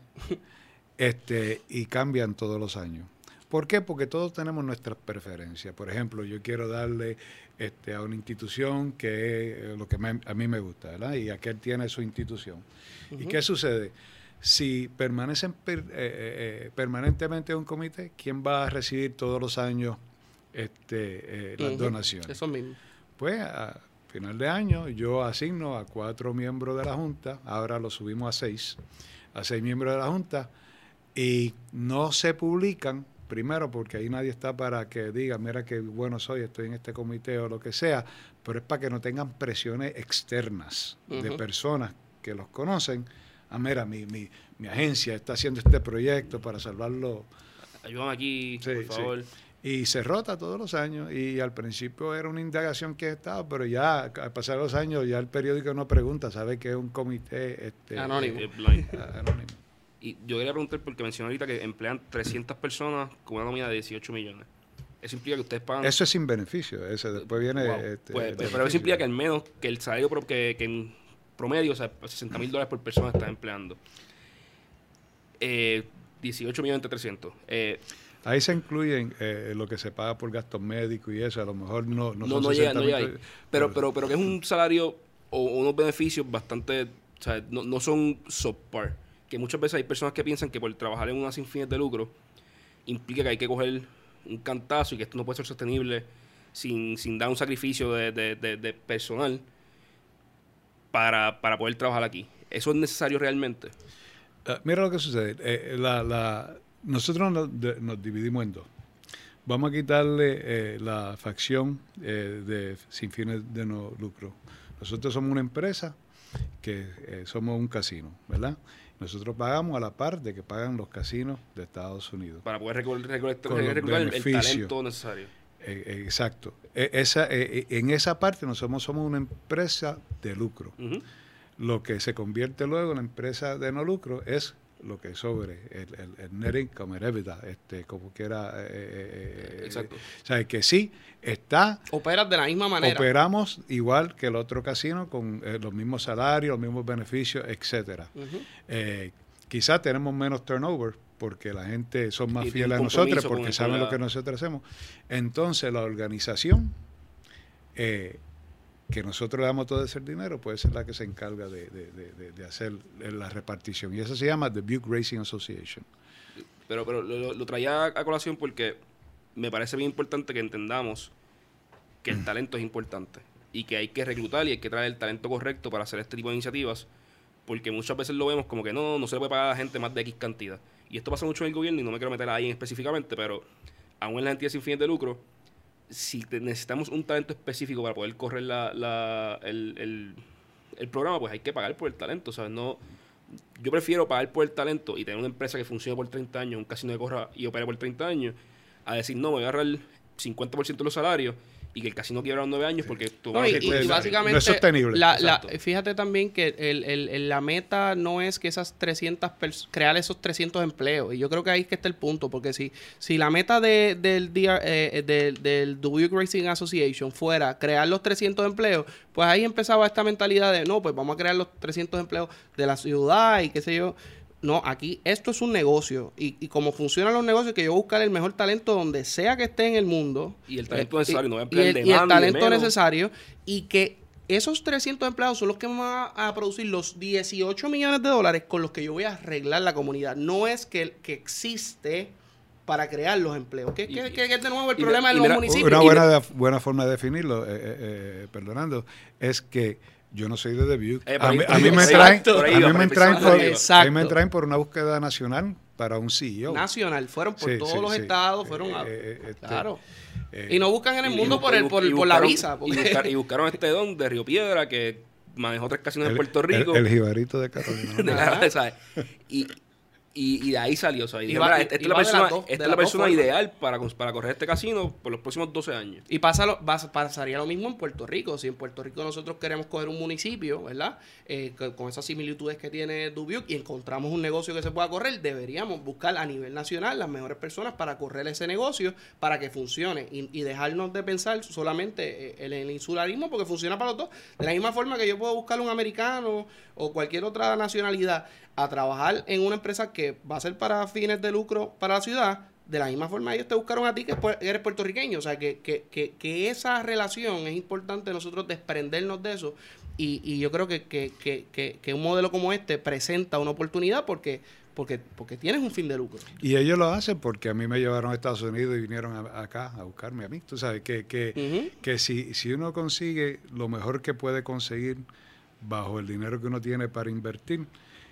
este, y cambian todos los años. ¿Por qué? Porque todos tenemos nuestras preferencias. Por ejemplo, yo quiero darle este, a una institución que es lo que me, a mí me gusta, ¿verdad? Y aquel tiene su institución. Uh-huh. ¿Y qué sucede? Si permanecen per, eh, eh, permanentemente en un comité, ¿quién va a recibir todos los años este, eh, las uh-huh. donaciones? Eso mismo. Pues a final de año yo asigno a cuatro miembros de la Junta, ahora lo subimos a seis, a seis miembros de la Junta, y no se publican, primero porque ahí nadie está para que diga, mira qué bueno soy, estoy en este comité o lo que sea, pero es para que no tengan presiones externas uh-huh. de personas que los conocen. Ah, mira, mi, mi, mi agencia está haciendo este proyecto para salvarlo. Ayúdame aquí, sí, por favor. Sí. Y se rota todos los años, y al principio era una indagación que estaba, pero ya al pasar los años ya el periódico no pregunta, sabe que es un comité este, anónimo. Eh, anónimo. Y yo quería preguntar, porque mencionó ahorita que emplean trescientas personas con una nómina de dieciocho millones. Eso implica que ustedes pagan... Eso es sin beneficio, ese después viene... Wow. Este, pues, pero, pero eso implica que al menos que el salario que, que en promedio, o sea, sesenta mil dólares por persona está empleando. Eh, dieciocho millones entre trescientos. Eh, Ahí se incluyen eh, lo que se paga por gastos médicos y eso, a lo mejor no no, no, no llega, no llega ahí. Pero, pero, pero que es un salario o unos beneficios bastante, o sea, no, no son subpar. Que muchas veces hay personas que piensan que por trabajar en una sin fines de lucro implica que hay que coger un cantazo y que esto no puede ser sostenible sin, sin dar un sacrificio de, de, de, de personal. para, para poder trabajar aquí. ¿Eso es necesario realmente? Uh, mira lo que sucede. Eh, la, la, nosotros nos, de, nos dividimos en dos. Vamos a quitarle eh, la facción eh, de sin fines de no lucro. Nosotros somos una empresa que eh, somos un casino, ¿verdad? Nosotros pagamos a la par de que pagan los casinos de Estados Unidos. Para poder reclutar el, el talento necesario. Eh, exacto. Eh, esa, eh, en esa parte nosotros somos, somos una empresa de lucro. Uh-huh. Lo que se convierte luego en empresa de no lucro es lo que sobre el, el, el net income, el EBITDA, este, como quiera. Eh, Exacto. Eh, o sea, que sí, está... Operas de la misma manera. Operamos igual que el otro casino, con eh, los mismos salarios, los mismos beneficios, etcétera. Uh-huh. Eh, quizás tenemos menos turnover, porque la gente son más fieles a nosotros, porque saben lo que nosotros hacemos. Entonces, la organización... Eh, que nosotros le damos todo ese dinero, puede ser la que se encarga de, de, de, de hacer la repartición. Y eso se llama The Buick Racing Association. Pero, pero lo, lo traía a colación porque me parece bien importante que entendamos que el talento es importante y que hay que reclutar y hay que traer el talento correcto para hacer este tipo de iniciativas, porque muchas veces lo vemos como que no, no se le puede pagar a la gente más de X cantidad. Y esto pasa mucho en el gobierno y no me quiero meter ahí específicamente, pero aún en las entidades sin fines de lucro, si te, necesitamos un talento específico para poder correr la, la, el, el, el programa, pues hay que pagar por el talento, ¿sabes? No, yo prefiero pagar por el talento y tener una empresa que funcione por treinta años, un casino que corra y opere por treinta años, a decir, no, me voy a agarrar el cincuenta por ciento de los salarios y que el casino quiebra en nueve años porque tú no, y, y, y básicamente no es sostenible. La, la, fíjate también que el, el, la meta no es que esas trescientas pers- crear esos trescientos empleos, y yo creo que ahí es que está el punto, porque si, si la meta de, del, eh, del, del Buick Racing Association fuera crear los trescientos empleos, pues ahí empezaba esta mentalidad de no, pues vamos a crear los trescientos empleos de la ciudad y qué sé yo. No, aquí esto es un negocio y, y como funcionan los negocios, que yo buscar el mejor talento donde sea que esté en el mundo. Y el talento eh, necesario, y, no voy a emplear el, y el talento necesario y que esos trescientos empleados son los que van a producir los dieciocho millones de dólares con los que yo voy a arreglar la comunidad. No es que, que existe para crear los empleos. ¿Qué, y, qué, qué, qué es de nuevo el problema de los mira, municipios? Una buena, de, buena forma de definirlo, eh, eh, eh, perdonando, es que yo no soy de The Buick. Eh, a, mí, a mí me traen, a mí me traen por, a mí me traen por una búsqueda nacional para un C E O. Nacional, fueron por sí, todos sí, los sí. estados, fueron eh, a, eh, este, claro. Eh, y no buscan en el mundo y, por el por, y por la buscaron, visa. Porque... Y, buscar, y buscaron este don de Río Piedra que manejó tres casinos en Puerto Rico. El, el jibarito de Carolina. de, ¿sabes? Y Y, y de ahí salió, o sea, y dije, mira, esta es la persona, dos, esta es la persona ideal para, para correr este casino por los próximos doce años. Y pasa lo, va, pasaría lo mismo en Puerto Rico. Si en Puerto Rico nosotros queremos coger un municipio, ¿verdad? Eh, con, con esas similitudes que tiene Dubuque y encontramos un negocio que se pueda correr, deberíamos buscar a nivel nacional las mejores personas para correr ese negocio, para que funcione y, y dejarnos de pensar solamente en el insularismo, porque funciona para los dos. De la misma forma que yo puedo buscar un americano o cualquier otra nacionalidad a trabajar en una empresa que va a ser para fines de lucro para la ciudad, de la misma forma ellos te buscaron a ti que eres puertorriqueño. O sea, que, que, que, que esa relación es importante nosotros desprendernos de eso. Y, y yo creo que, que, que, que, que un modelo como este presenta una oportunidad porque, porque, porque tienes un fin de lucro. Y ellos lo hacen porque a mí me llevaron a Estados Unidos y vinieron a, acá a buscarme a mí. Tú sabes que, que, uh-huh. que si, si uno consigue lo mejor que puede conseguir bajo el dinero que uno tiene para invertir,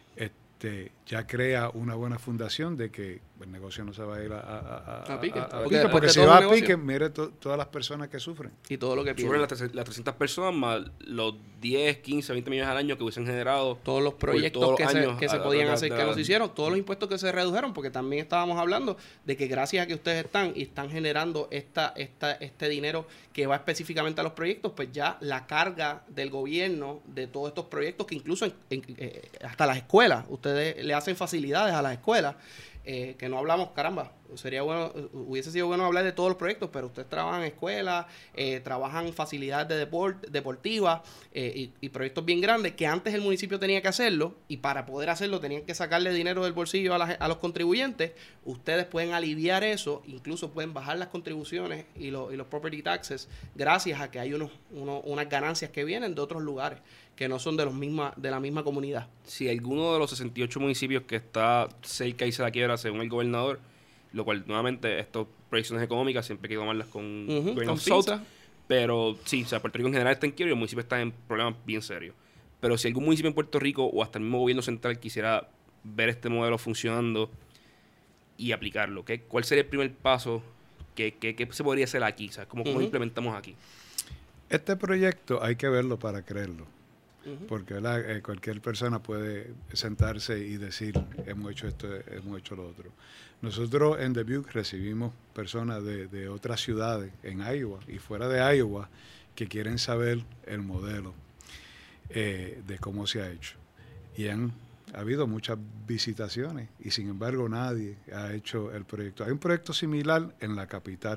este, ya crea una buena fundación de que el negocio no se va a ir a, a, a, a pique, a, a, a porque, pique, porque si va a pique, mire to, todas las personas que sufren. Y todo lo que sufren las, las trescientas personas más los diez, quince, veinte millones al año que hubiesen generado. Todos los proyectos todos que, los se, que se podían a, a, hacer, a, que nos hicieron, todos los impuestos que se redujeron, porque también estábamos hablando de que gracias a que ustedes están y están generando esta, esta, este dinero que va específicamente a los proyectos, pues ya la carga del gobierno de todos estos proyectos, que incluso en, en, eh, hasta las escuelas, ustedes le hacen facilidades a las escuelas, eh, que no hablamos, caramba, sería bueno, hubiese sido bueno hablar de todos los proyectos, pero ustedes trabajan en escuelas, eh, trabajan en facilidades de deport, deportivas eh, y, y proyectos bien grandes que antes el municipio tenía que hacerlo y para poder hacerlo tenían que sacarle dinero del bolsillo a, la, a los contribuyentes. Ustedes pueden aliviar eso, incluso pueden bajar las contribuciones y, lo, y los property taxes gracias a que hay unos, unos, unas ganancias que vienen de otros lugares que no son de los misma, de la misma comunidad. Si alguno de los sesenta y ocho municipios que está cerca y se la quiebra según el gobernador, lo cual nuevamente estas proyecciones económicas siempre hay que tomarlas con uh-huh, con salt, pero sí, o sea, Puerto Rico en general está en quiebra y el municipio está en problemas bien serios. Pero si algún municipio en Puerto Rico o hasta el mismo gobierno central quisiera ver este modelo funcionando y aplicarlo, ¿qué, ¿cuál sería el primer paso? ¿Qué, qué, qué se podría hacer aquí? ¿Sabes? ¿Cómo, uh-huh. ¿Cómo lo implementamos aquí? Este proyecto hay que verlo para creerlo. Uh-huh. Porque eh, cualquier persona puede sentarse y decir, hemos hecho esto, hemos hecho lo otro. Nosotros en Dubuque recibimos personas de, de otras ciudades en Iowa y fuera de Iowa que quieren saber el modelo eh, de cómo se ha hecho. Y han ha habido muchas visitaciones y sin embargo nadie ha hecho el proyecto. Hay un proyecto similar en la capital,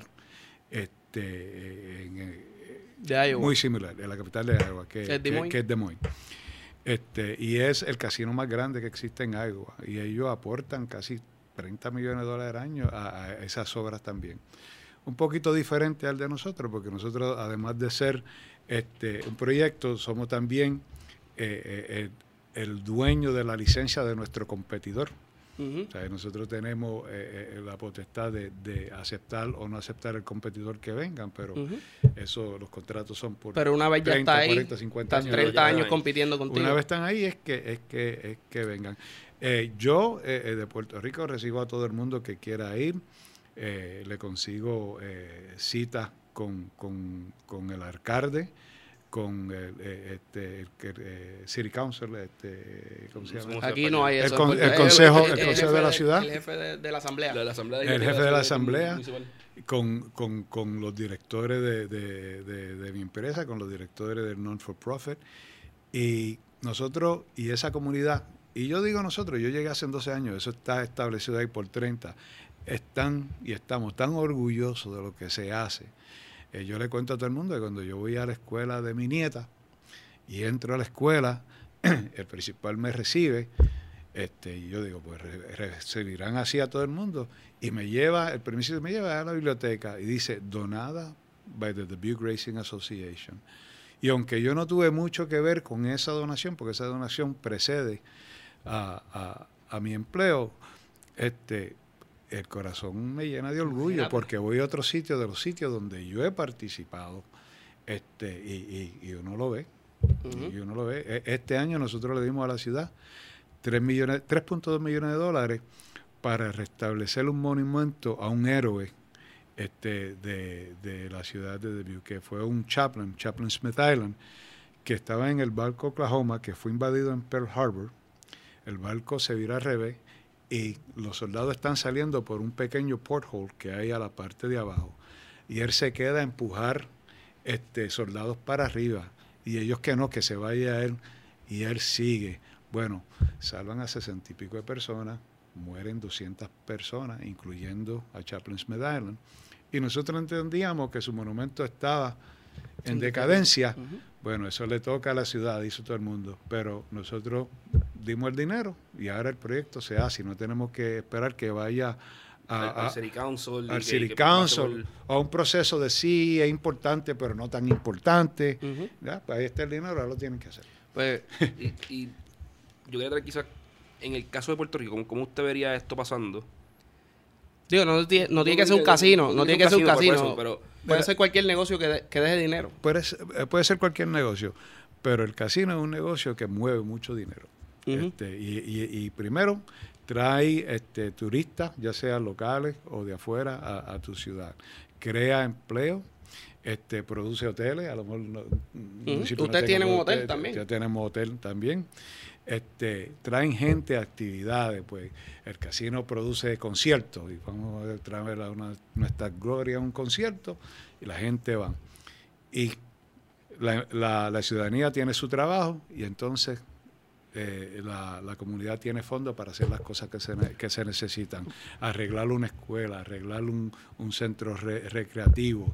este, en, de Iowa. Muy similar, en la capital de Iowa, que, ¿Es que, que es Des Moines. Este, y es el casino más grande que existe en Iowa. Y ellos aportan casi treinta millones de dólares al año a, a esas obras también. Un poquito diferente al de nosotros, porque nosotros, además de ser este, un proyecto, somos también eh, eh, el, el dueño de la licencia de nuestro competidor. Uh-huh. O sea, nosotros tenemos eh, eh, la potestad de, de aceptar o no aceptar el competidor que vengan, pero uh-huh. eso, los contratos son por pero una vez ya treinta, está ahí, cuarenta, cincuenta años. treinta años compitiendo contigo. Una vez están ahí es que es que, es que vengan. Eh, yo eh, de Puerto Rico recibo a todo el mundo que quiera ir, eh, le consigo eh, citas con, con, con el alcalde, con el, este, el, el, el City Council, este, ¿cómo se llama? Aquí no hay eso. El, con, el consejo, el, el, el consejo de la ciudad. El jefe de, de la asamblea. La, la asamblea el jefe de la asamblea, con, con, con los directores de, de, de, de mi empresa, con los directores del non-for-profit. Y nosotros, y esa comunidad, y yo digo nosotros, yo llegué hace doce años, eso está establecido ahí por treinta, están y estamos tan orgullosos de lo que se hace. Eh, yo le cuento a todo el mundo que cuando yo voy a la escuela de mi nieta y entro a la escuela, el principal me recibe, este, y yo digo, pues re, recibirán así a todo el mundo, y me lleva, el permiso me lleva a la biblioteca y dice, donada by the Dubuque Racing Association. Y aunque yo no tuve mucho que ver con esa donación, porque esa donación precede a, a, a mi empleo, este... el corazón me llena de orgullo. Imagínate. Porque voy a otros sitios, de los sitios donde yo he participado, este y, y, y uno lo ve. Uh-huh. Y uno lo ve. Este año nosotros le dimos a la ciudad tres punto dos millones de dólares para restablecer un monumento a un héroe este, de, de la ciudad de Dubuque, que fue un chaplain, Chaplain Smith Island, que estaba en el barco Oklahoma, que fue invadido en Pearl Harbor. El barco se vira al revés y los soldados están saliendo por un pequeño porthole que hay a la parte de abajo. Y él se queda a empujar este, soldados para arriba. Y ellos que no, que se vaya él. Y él sigue. Bueno, salvan a sesenta y pico de personas, mueren doscientas personas, incluyendo a Chaplain Smith Island. Y nosotros entendíamos que su monumento estaba en decadencia. Uh-huh. Bueno, eso le toca a la ciudad, dice todo el mundo. Pero nosotros dimos el dinero y ahora el proyecto se hace. Y no tenemos que esperar que vaya a, al, a, al City Council, al que, City que Council a un proceso de sí, es importante, pero no tan importante. Uh-huh. ¿Ya? Pues ahí está el dinero, ahora lo tienen que hacer. Pues, y, y yo quería traer quizás, en el caso de Puerto Rico, ¿cómo, cómo usted vería esto pasando? Digo, no, tiene, no tiene que ser un casino, no tiene que ser un casino, eso, pero puede ser cualquier negocio que, de, que deje dinero. Puede ser, puede ser cualquier negocio, pero el casino es un negocio que mueve mucho dinero. Uh-huh. este, y, y, y primero trae este, turistas, ya sean locales o de afuera, a, a tu ciudad. Crea empleo, este, produce hoteles, a lo mejor... No, uh-huh. ¿Ustedes tienen un hotel, hotel también? Ya tenemos hotel también. Este, traen gente a actividades, pues el casino produce conciertos y vamos a traer a una, nuestra gloria a un concierto y la gente va. Y la, la, la ciudadanía tiene su trabajo y entonces eh, la, la comunidad tiene fondos para hacer las cosas que se, que se necesitan. Arreglar una escuela, arreglar un, un centro re, recreativo,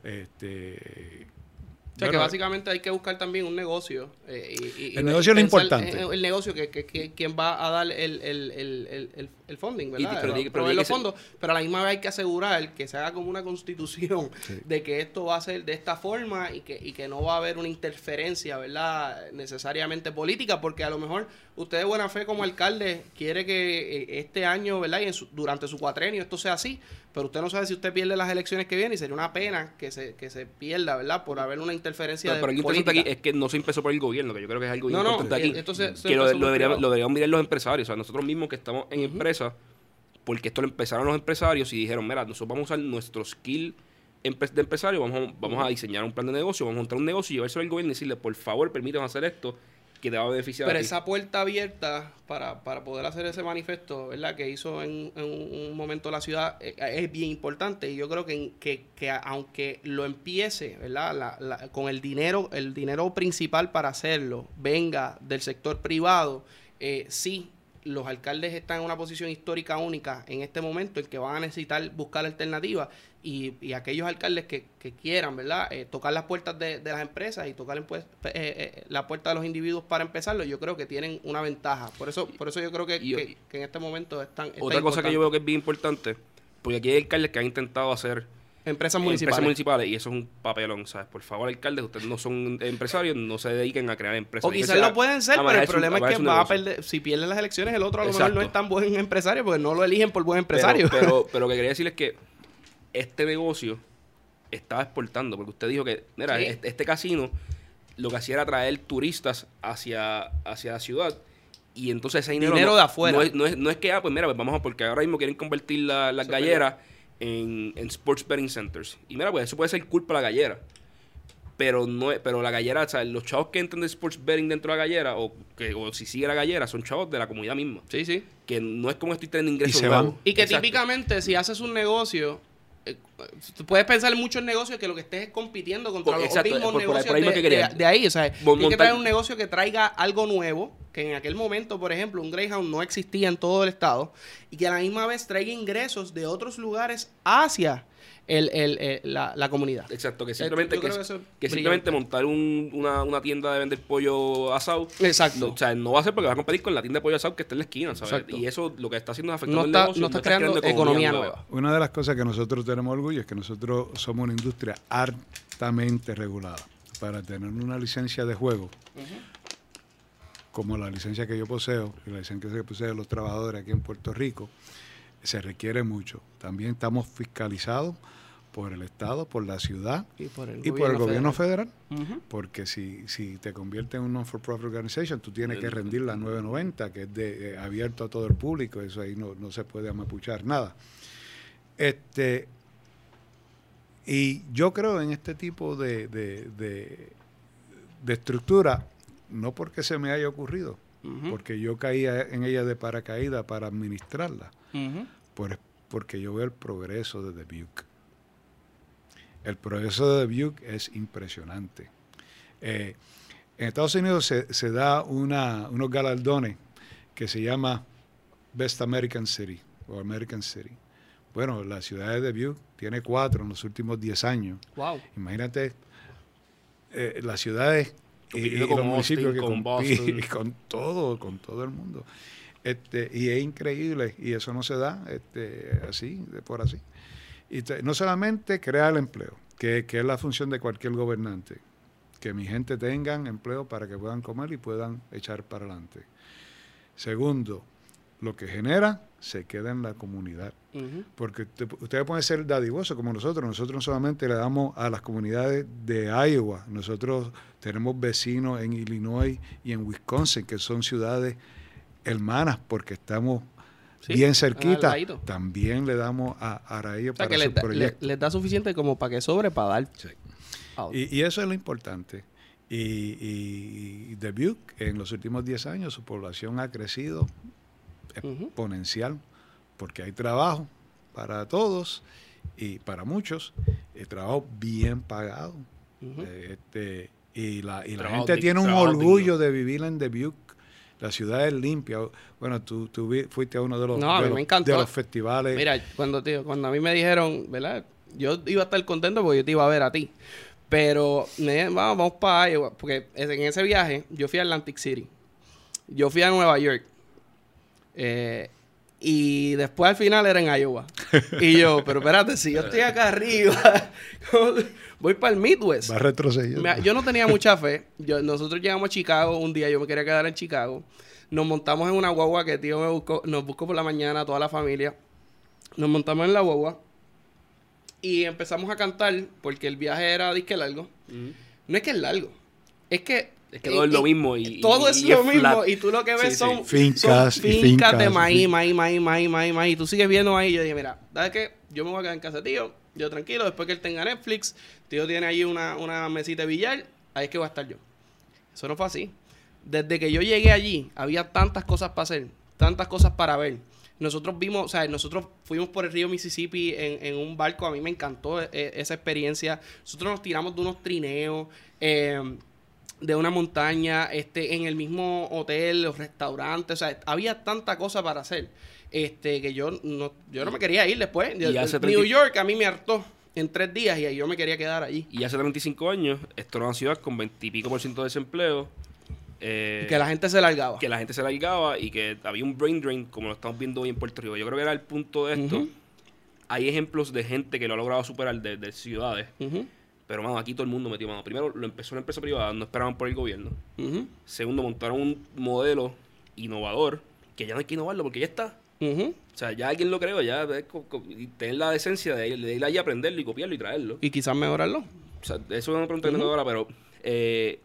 este... O sea, bueno, que básicamente hay que buscar también un negocio. Eh, y, y, el negocio es lo importante. El, el negocio que, que, que quien va a dar el, el, el, el, el funding, ¿verdad? Y, pero, pero, proveer los fondos, ser... pero a la misma vez hay que asegurar que se haga como una constitución sí. de que esto va a ser de esta forma y que, y que no va a haber una interferencia, ¿verdad? Necesariamente política, porque a lo mejor usted de buena fe como alcalde quiere que este año, ¿verdad? Y en su, durante su cuatrenio esto sea así, pero usted no sabe si usted pierde las elecciones que vienen y sería una pena que se, que se pierda, ¿verdad? Por haber una interferencia pero, de pero lo política. interesante aquí es que no se empezó por el gobierno, que yo creo que es algo No, importante no, aquí. esto se- se que lo, empezó lo por deberíamos, privado. lo deberíamos mirar los empresarios, o sea, nosotros mismos que estamos en Ujú. empresas, porque esto lo empezaron los empresarios y dijeron, mira, nosotros vamos a usar nuestro skill empre- de empresario, vamos a, vamos a diseñar un plan de negocio, vamos a montar un negocio y llevárselo al gobierno y decirle, por favor, permítanos hacer esto que te va a beneficiar Pero a ti. esa puerta abierta para, para poder hacer ese manifiesto, ¿verdad? Que hizo en, en un, un momento la ciudad, eh, es bien importante. Y yo creo que, que, que aunque lo empiece, ¿verdad? La, la, con el dinero, el dinero principal para hacerlo venga del sector privado, eh, sí, los alcaldes están en una posición histórica única en este momento en que van a necesitar buscar alternativas y, y aquellos alcaldes que, que quieran, ¿verdad? Eh, tocar las puertas de, de las empresas y tocar pues, eh, eh, la puerta de los individuos para empezarlo, yo creo que tienen una ventaja. Por eso por eso yo creo que, Y- que, que en este momento están Otra cosa que yo veo que es bien importante, porque aquí hay alcaldes que han intentado hacer empresas municipales. empresas municipales y eso es un papelón, ¿sabes? Por favor, alcaldes, ustedes no son empresarios, no se dediquen a crear empresas. O quizás lo pueden ser, pero el problema es que va a perder, si pierden las elecciones, el otro a lo mejor no es tan buen empresario porque no lo eligen por buen empresario. Pero, pero, pero lo que quería decirles es que este negocio estaba exportando, porque usted dijo que, mira, Sí. este, este casino lo que hacía era traer turistas hacia, hacia la ciudad. Y entonces ese dinero, Dinero no, de afuera. No es, no, es, no es que, ah, pues mira, pues vamos a, porque ahora mismo quieren convertir la- las Eso es galleras en, en sports betting centers. Y mira, pues eso puede ser culpa de la gallera. Pero no es, pero la gallera, o sea, los chavos que entran de sports betting dentro de la gallera, o que o si sigue la gallera, son chavos de la comunidad misma. Sí, sí. Que no es como estoy teniendo ingresos Y se nuevos. van. Y que Exacto. típicamente si haces un negocio, eh, tú puedes pensar en muchos negocios que lo que estés es compitiendo contra Por- los exacto, mismos por- por ahí- negocios por ahí lo de, que quería. de- de ahí. O sea, Mon- tienes que montar- traer un negocio que traiga algo nuevo, que en aquel momento, por ejemplo, un Greyhound no existía en todo el estado, y que a la misma vez traiga ingresos de otros lugares hacia el, el, el- la, la comunidad. Exacto, que Eh, simplemente, yo que, creo que eso es que brillante. simplemente montar un- una, una tienda de vender pollo asado. Exacto. No, o sea, no va a ser porque va a competir con la tienda de pollo asado que está en la esquina, ¿sabes? Exacto. Y eso lo que está haciendo es afectando No el está, negocio. no está creando economía nueva. Una de las cosas que nosotros tenemos orgullo es que nosotros somos una industria altamente regulada. Para tener una licencia de juego, como la licencia que yo poseo y la licencia que poseen los trabajadores aquí en Puerto Rico, se requiere mucho. También estamos fiscalizados por el Estado, por la ciudad Y por el y por el gobierno federal. federal. Ujú. Porque si, si te conviertes en un non-for-profit organization, tú tienes que rendir la nueve noventa, que es de, eh, abierto a todo el público, eso ahí no, no se puede amapuchar nada. Este, y yo creo en este tipo de, de, de, de estructura, no porque se me haya ocurrido, Ujú. porque yo caía en ella de paracaídas para administrarla, Ujú. por, porque yo veo el progreso de Dubuque. El progreso de Dubuque es impresionante. Eh, en Estados Unidos se, se da una, unos galardones que se llama Best American City o American City. Bueno, la ciudad de Dubuque tiene cuatro en los últimos diez años. Wow. Imagínate eh, las ciudades y, y Compitiendo los con municipios Austin, que con compiten, Boston. con todo, con todo el mundo. Este, y es increíble, y eso no se da este, así, de por así. Y te- no solamente crear el empleo, que, que es la función de cualquier gobernante, que mi gente tengan empleo para que puedan comer y puedan echar para adelante. Segundo, lo que genera se queda en la comunidad. Ujú. Porque te- ustedes pueden ser dadivosos como nosotros. Nosotros no solamente le damos a las comunidades de Iowa, nosotros tenemos vecinos en Illinois y en Wisconsin, que son ciudades hermanas, porque estamos Sí, bien al cerquita. ladito. También le damos a, a ellos O sea, para que sus les da, le- proyectos. les da suficiente como para que sobre para dar. Sí. a otro. Y, y eso es lo importante. Y, y, y Dubuque, en los últimos diez años, su población ha crecido Ujú. exponencial, porque hay trabajo para todos y para muchos, el trabajo bien pagado. Ujú. Eh, este, y la, y la Trabajo gente dig- tiene un trabajo orgullo de vivir en Dubuque. La ciudad es limpia. Bueno, tú, tú vi- fuiste a uno de los, No, a de mí los, me encantó. de los festivales. Mira, cuando, tío, cuando a mí me dijeron, ¿verdad? Yo iba a estar contento porque yo te iba a ver a ti. Pero, me, vamos, vamos para Iowa. Porque en ese viaje yo fui a Atlantic City. Yo fui a Nueva York. Eh, y después al final era en Iowa. Y yo, pero espérate, si yo estoy acá arriba, ¿cómo- voy para el Midwest. Va retrocediendo. Me- yo no tenía mucha fe. Yo, nosotros llegamos a Chicago un día, yo me quería quedar en Chicago. Nos montamos en una guagua que tío me buscó, nos buscó por la mañana, toda la familia. Nos montamos en la guagua Y empezamos a cantar porque el viaje era disque largo. Ujú. No es que es largo, es que... Es que todo es lo mismo y- todo y- es y lo es mismo flat. y tú lo que ves Sí, sí. son Fincas son y fincas, fincas, de maíz, sí. maíz, maíz, maíz, maíz, maíz. Y tú sigues viendo maíz. Yo dije, mira, ¿sabes qué? Yo me voy a quedar en casa de tío. Yo tranquilo, después que él tenga Netflix, tío tiene ahí una, una mesita de billar, ahí es que voy a estar yo. Eso no fue así. Desde que yo llegué allí, había tantas cosas para hacer, tantas cosas para ver. Nosotros vimos, o sea, nosotros fuimos por el río Mississippi en, en un barco. A mí me encantó eh, esa experiencia. Nosotros nos tiramos de unos trineos, eh, de una montaña, este, en el mismo hotel, los restaurantes. O sea, había tanta cosa para hacer, este, que yo no, yo no me quería ir después. Y hace New treinta York a mí me hartó en tres días y ahí yo me quería quedar allí. Y hace treinta y cinco años, esto era una ciudad con veinte y pico por ciento de desempleo. eh, Y que la gente se largaba. que la gente se largaba y que había un brain drain como lo estamos viendo hoy en Puerto Rico. Yo creo que era el punto de esto. Ujú. Hay ejemplos de gente que lo ha logrado superar de, de ciudades. Ujú, Pero, mano, aquí todo el mundo metió mano. Primero, lo empezó una empresa privada, no esperaban por el gobierno. ujú, Segundo, montaron un modelo innovador que ya no hay que innovarlo porque ya está. ujú. O sea, ya alguien lo creó, ya es co- co- y tener la decencia de, ir- de ir allí a aprenderlo y copiarlo y traerlo. Y quizás mejorarlo. O sea, eso es una pregunta que Ujú. tengo ahora, pero... eh,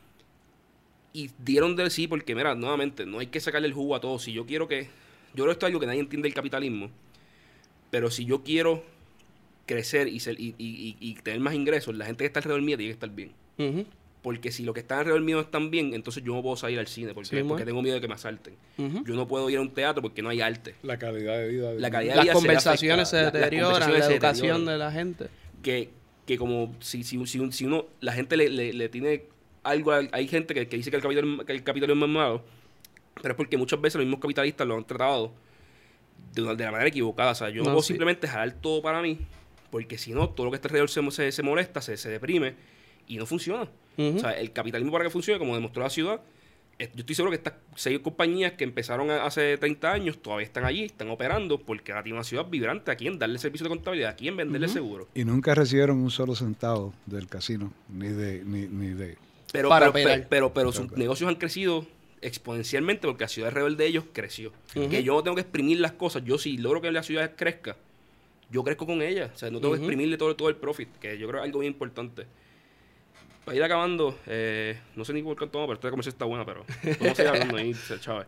y dieron de sí porque, mira, nuevamente, no hay que sacarle el jugo a todo. Si yo quiero que... Yo creo que esto es algo que nadie entiende del capitalismo. Pero si yo quiero crecer y, ser, y, y- y- y tener más ingresos, la gente que está alrededor mío tiene que estar bien. Ujú, Porque si los que están alrededor mío están bien, entonces yo no puedo salir al cine porque, Sí, porque bueno. tengo miedo de que me asalten. ujú. Yo no puedo ir a un teatro porque no hay arte. La calidad de vida. de- La calidad de Las vida se ve conversaciones se afectada. La- las deterioran, la conversaciones se educación deterioran. de la gente. Que, que como si, si, si, un- si uno, la gente le, le, le tiene algo, al- hay gente que, que dice que el capitalismo, que el capitalismo es malo, pero es porque muchas veces los mismos capitalistas lo han tratado de, una- de la manera equivocada. O sea, yo no, No, puedo sí. simplemente jalar todo para mí, porque si no, todo lo que está alrededor se, se, se molesta, se, se deprime y no funciona. Ujú. O sea, el capitalismo para que funcione, como demostró la ciudad, es- yo estoy seguro que estas seis compañías que empezaron a- hace treinta años todavía están allí, están operando, porque ahora tiene una ciudad vibrante aquí en darle servicio de contabilidad, aquí en venderle Ujú. seguro. Y nunca recibieron un solo centavo del casino, ni de... Ni, ni de Pero, Para pero, operar. pero, pero, pero sus Claro. negocios han crecido exponencialmente porque la ciudad alrededor de ellos creció. Ujú. Que yo no tengo que exprimir las cosas. Yo si logro que la ciudad crezca, yo crezco con ella. O sea, no tengo que Ujú. exprimirle todo, todo el profit, que yo creo que es algo bien importante. Para ir acabando, eh, no sé ni por cuánto vamos, pero esta conversación está buena, pero podemos seguir hablando ahí, Chávez.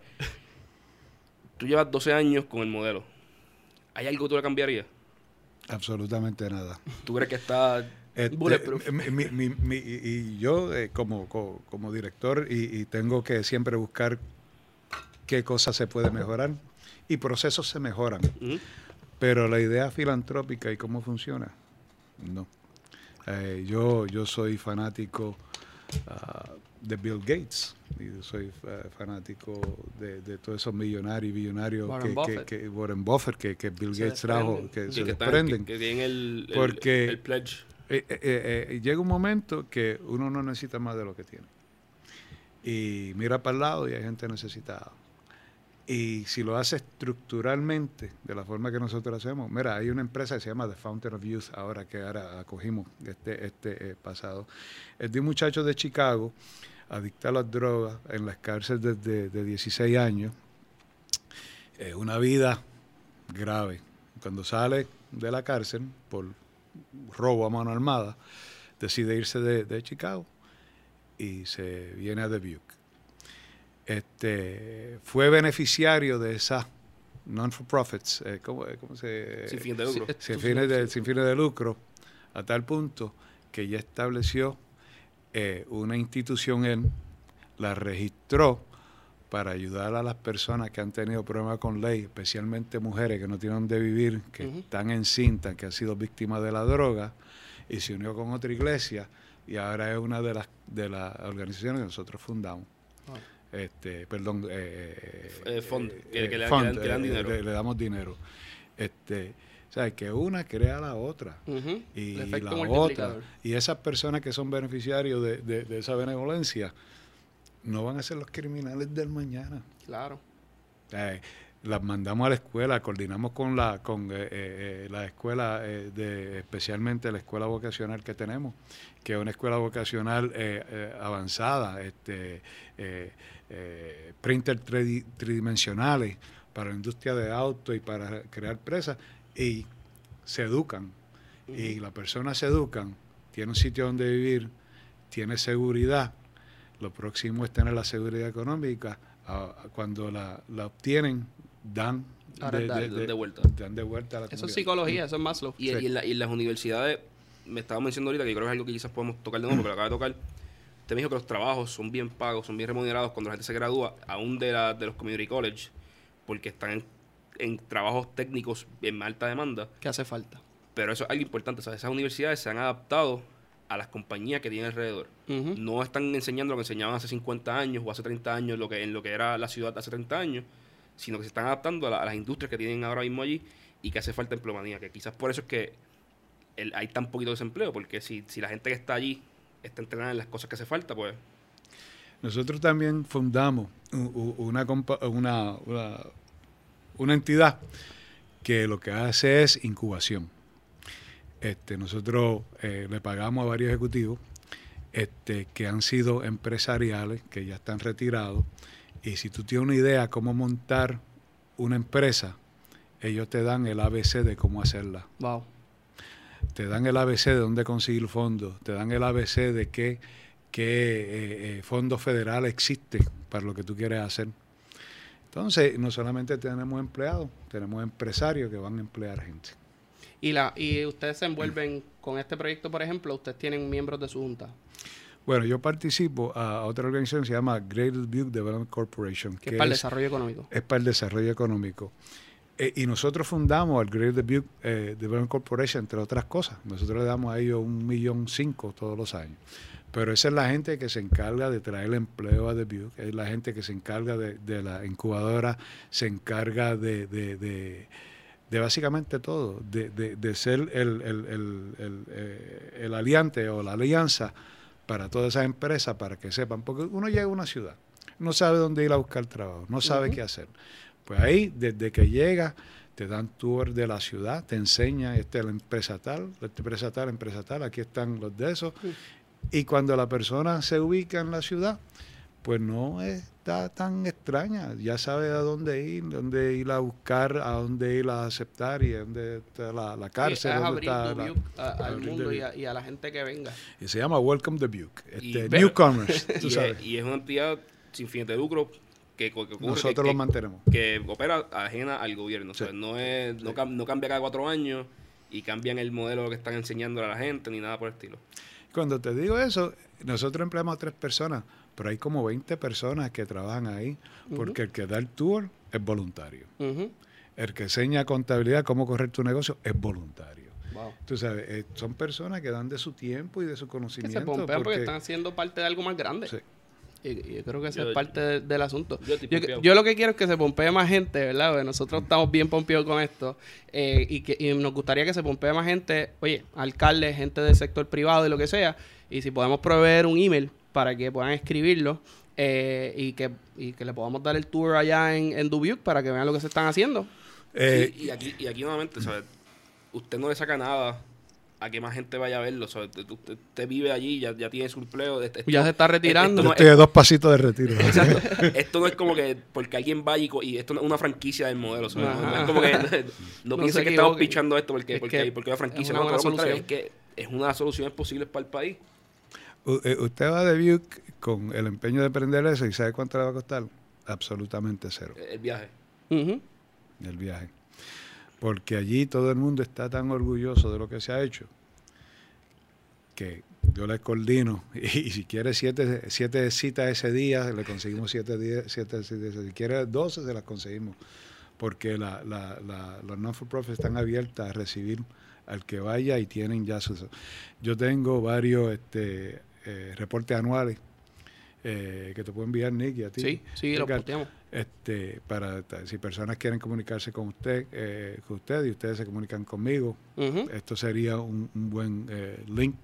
Tú llevas doce años con el modelo. ¿Hay algo que tú le cambiarías? absolutamente nada. ¿Tú crees que está Este, Bulletproof. mi- mi- mi- mi- y y yo eh, como, co- como director y, y tengo que siempre buscar qué cosas se puede mejorar y procesos se mejoran, Ujú. pero la idea filantrópica y cómo funciona, no. Eh, yo, yo soy fanático ah, de Bill Gates y soy eh, fanático de, de todos esos millonarios y billonarios Warren que, Buffett. que, que Warren Buffet, que, que Bill Se Gates trajo, desprenden. que Sí, se que están- desprenden. que- que tienen el, el- Porque- el pledge. Eh, eh, eh, eh, llega un momento que uno no necesita más de lo que tiene. Y mira para el lado y hay gente necesitada. Y si lo hace estructuralmente, de la forma que nosotros hacemos, mira, hay una empresa que se llama The Fountain of Youth, ahora que ahora acogimos este, este eh, pasado. Es de un muchacho de Chicago, adicto a las drogas, en las cárceles desde de dieciséis años. Eh, una vida grave. Cuando sale de la cárcel por robo a mano armada, decide irse de, de Chicago y se viene a Dubuque. Este, fue beneficiario de esas non-for-profits, eh, ¿cómo, cómo se...? Sin fin de lucro. Sí, sin fines de, sin fines de lucro, a tal punto que ya estableció eh, una institución en, la registró para ayudar a las personas que han tenido problemas con ley, especialmente mujeres que no tienen dónde vivir, que Ujú. están encintas, que han sido víctimas de la droga, y se unió con otra iglesia, y ahora es una de las, de las organizaciones que nosotros fundamos. Ah. Este, perdón, eh, Eh, fund, eh, que- que le dan- fund, que dan- que dan eh, dinero. Le, le damos dinero. Este, o sea, que una crea a la otra. Ujú. Y El efecto la otra. multiplicador. Y esas personas que son beneficiarios de, de- de esa benevolencia no van a ser los criminales del mañana. Claro. Eh, las mandamos a la escuela, coordinamos con la con eh, eh, la escuela, eh, de, especialmente la escuela vocacional que tenemos, que es una escuela vocacional eh, eh, avanzada, este, eh, eh, printer tri- tridimensionales para la industria de auto y para crear presas, y se educan. uh-huh. y las personas se educan, tiene un sitio donde vivir, tiene seguridad, lo próximo es tener la seguridad económica. Uh, cuando la, la obtienen, dan de, de, de, de, de vuelta. Dan de vuelta a la Eso comunidad. es psicología, eso es Maslow. Y, sí. y, en la, y en las universidades, me estaba mencionando ahorita, que yo creo que es algo que quizás podemos tocar de nuevo, porque lo acaba de tocar. Usted me dijo que los trabajos son bien pagos, son bien remunerados cuando la gente se gradúa, aún de, la, de los community college, porque están en, en trabajos técnicos en alta demanda. ¿Qué hace falta? Pero eso es algo importante, ¿sabes? Esas universidades se han adaptado a las compañías que tienen alrededor. Uh-huh. No están enseñando lo que enseñaban hace cincuenta años o hace treinta años, lo que en lo que era la ciudad hace treinta años, sino que se están adaptando a, la, a las industrias que tienen ahora mismo allí y que hace falta empleomanía, que quizás por eso es que el, hay tan poquito desempleo, porque si, si la gente que está allí está entrenada en las cosas que hace falta, pues... Nosotros también fundamos una, una, una, una entidad que lo que hace es incubación. Este, nosotros eh, le pagamos a varios ejecutivos este, que han sido empresariales, que ya están retirados, y si tú tienes una idea cómo montar una empresa, ellos te dan el A B C de cómo hacerla. Wow. Te dan el A B C de dónde conseguir fondos, te dan el A B C de qué, qué eh, eh, fondos federales existen para lo que tú quieres hacer. Entonces, no solamente tenemos empleados, tenemos empresarios que van a emplear gente. Y, la, y ustedes se envuelven con este proyecto, por ejemplo, ustedes tienen miembros de su junta. Bueno, yo participo a otra organización que se llama Greater Dubuque Development Corporation. Que es para el desarrollo económico. Es para el desarrollo económico. Eh, y nosotros fundamos el Greater Dubuque eh, Development Corporation, entre otras cosas. Nosotros le damos a ellos un millón cinco todos los años. Pero esa es la gente que se encarga de traer empleo a Dubuque, es la gente que se encarga de, de la incubadora, se encarga de... de, de de básicamente todo, de, de, de ser el, el, el, el, el, eh, el aliante o la alianza para todas esas empresas, para que sepan, porque uno llega a una ciudad, no sabe dónde ir a buscar trabajo, no sabe uh-huh. qué hacer. Pues ahí, desde que llega, te dan tour de la ciudad, te enseña, esta es la empresa tal, la empresa tal, la empresa tal, aquí están los de esos, uh-huh. y cuando la persona se ubica en la ciudad, pues no está tan extraña, ya sabe a dónde ir, dónde ir a buscar, a dónde ir a aceptar y a dónde está la, la cárcel. Sí, es dónde abrir está Dubuque la, a, al mundo y a, y a la gente que venga. Y se llama Welcome Dubuque, este, y, Newcomers, tú y sabes. Es, y es una entidad sin fines de lucro que, que ocurre, nosotros que, lo mantenemos. Que opera ajena al gobierno, sí. O sea, no, es, sí. no, no cambia cada cuatro años y cambian el modelo que están enseñando a la gente ni nada por el estilo. Cuando te digo eso, nosotros empleamos a tres personas, pero hay como veinte personas que trabajan ahí, porque uh-huh. el que da el tour es voluntario. Uh-huh. El que enseña contabilidad, cómo correr tu negocio, es voluntario. Wow. Tú sabes, eh, son personas que dan de su tiempo y de su conocimiento. Que se pompean porque, porque están siendo parte de algo más grande. Sí. Y yo creo que esa es parte de, del asunto. Yo, yo, yo lo que quiero es que se pompee más gente, ¿verdad? Porque nosotros mm. estamos bien pompeados con esto. Eh, y, que, y nos gustaría que se pompee más gente, oye, alcaldes, gente del sector privado y lo que sea. Y si podemos proveer un email para que puedan escribirlo eh, y, que, y que le podamos dar el tour allá en, en Dubuque para que vean lo que se están haciendo. Eh, y, y, aquí, y aquí nuevamente, ¿sabes? Usted no le saca nada a que más gente vaya a verlo. O sea, usted, usted, usted vive allí, ya, ya tiene su empleo. Esto, ya se está retirando. Esto, estoy a dos pasitos de retiro. Exacto. Esto no es como que porque alguien vaya y, y esto no es una franquicia del modelo. O sea, no, no es como que no, no, no piense que estamos pichando esto porque, porque, que porque una franquicia. Es una, no, no, es que es una de las soluciones posibles para el país. U, eh, usted va de Dubuque con el empeño de aprender eso y ¿sabe cuánto le va a costar? Absolutamente cero. El viaje. Uh-huh. El viaje. Porque allí todo el mundo está tan orgulloso de lo que se ha hecho que yo les coordino y, y si quiere siete, siete citas ese día, le conseguimos siete, diez, siete citas. Si quiere doce, se las conseguimos. Porque la, la, la, los non-for-profits están abiertas a recibir al que vaya y tienen ya sus... Yo tengo varios este, eh, reportes anuales eh, que te puedo enviar, Nick, y a ti. Sí, sí, lo posteamos. Este, para si personas quieren comunicarse con usted, eh, con usted y ustedes se comunican conmigo, uh-huh. esto sería un, un buen eh, link.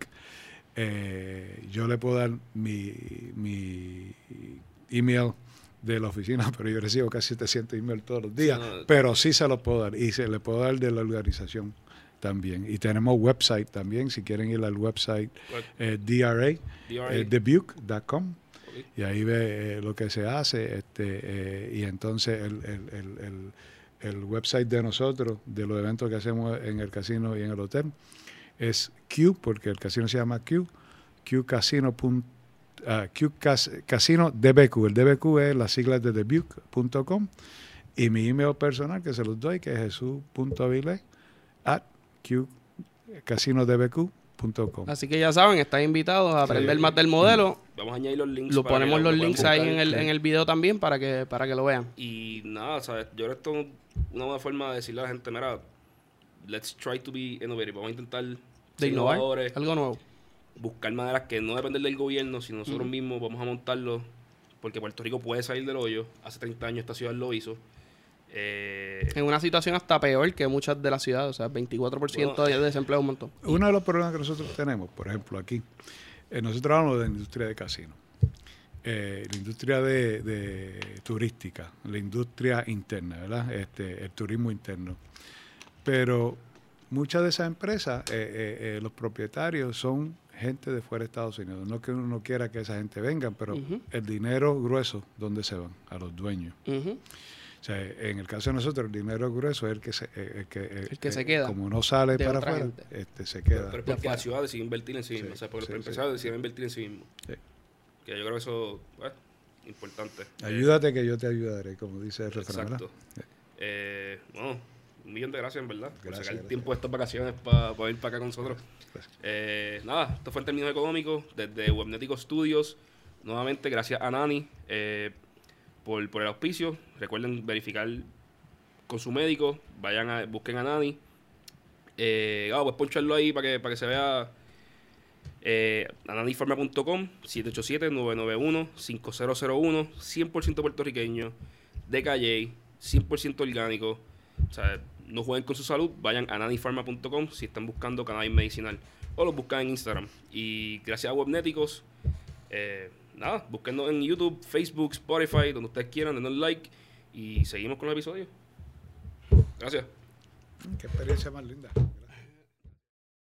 Eh, yo le puedo dar mi, mi email de la oficina, pero yo recibo casi setecientos emails todos los días, sí, no, pero sí se los puedo dar y se le puedo dar de la organización también. Y tenemos website también, si quieren ir al website eh, D R A, eh, Dubuque punto com. Y ahí ve eh, lo que se hace este eh, y entonces el, el, el, el, el website de nosotros, de los eventos que hacemos en el casino y en el hotel, es Q, porque el casino se llama Q, Q Casino. Uh, Q Cas Casino D B Q. El D B Q es las siglas de Dubuque punto com. Y mi email personal, que se los doy, que es jesús punto avilés at q casino d b q punto com. Así que ya saben, están invitados a aprender Sí. más del modelo. Vamos a añadir los links. Lo para ponemos que los lo links puedan ahí buscar. en el, en el video también para que, para que lo vean. Y nada, ¿sabes? Yo creo que esto es una buena forma de decirle a la gente, mira, let's try to be innovative. Vamos a intentar De ser innovar, innovadores, algo nuevo. buscar maneras que no depender del gobierno, sino nosotros Ujú. mismos vamos a montarlo, porque Puerto Rico puede salir del hoyo. Hace treinta años esta ciudad lo hizo. Eh, En una situación hasta peor que muchas de las ciudades, o sea, veinticuatro por ciento Bueno. de desempleo es un montón. Uno de los problemas que nosotros tenemos, por ejemplo, aquí, eh, nosotros hablamos de la industria de casino, eh, la industria de, de turística, la industria interna, ¿verdad? Este, el turismo interno. Pero muchas de esas empresas, eh, eh, eh, los propietarios son gente de fuera de Estados Unidos. No que uno no quiera que esa gente venga, pero Ujú. el dinero grueso, ¿dónde se van? A los dueños. Ujú. O sea, en el caso de nosotros, el dinero grueso es el que se, eh, el que, eh, El que se eh, queda como no sale de para otra afuera, gente. este, se queda. pero es de porque afuera. la ciudad decide invertir en sí misma. Sí, O sea, porque sí, los sí. empresarios deciden invertir en sí mismos. Sí. Que yo creo que eso es importante. Ayúdate que yo te ayudaré, como dice el refrán, ¿verdad? Exacto. Eh, bueno, un millón de gracias, en verdad, por Gracias, sacar el gracias. tiempo de estas vacaciones para ir para acá con nosotros. Gracias. Eh, nada, esto fue en términos económicos, desde Webnético Studios. Nuevamente, gracias a Nani eh, por, por el auspicio. Recuerden verificar con su médico, vayan a, busquen a Nani. Eh, ah, pues poncharlo ahí para que, para que se vea. Eh, ananifarma punto com, siete ocho siete, nueve nueve uno, cinco cero cero uno, cien por ciento puertorriqueño, de Calle, cien por ciento orgánico. O sea, no jueguen con su salud, vayan a ananifarma punto com si están buscando cannabis medicinal, o los buscan en Instagram. Y gracias a Webnéticos, eh, nada, búsquenos en YouTube, Facebook, Spotify, donde ustedes quieran, denos like y seguimos con el episodio. Gracias. Qué experiencia más linda.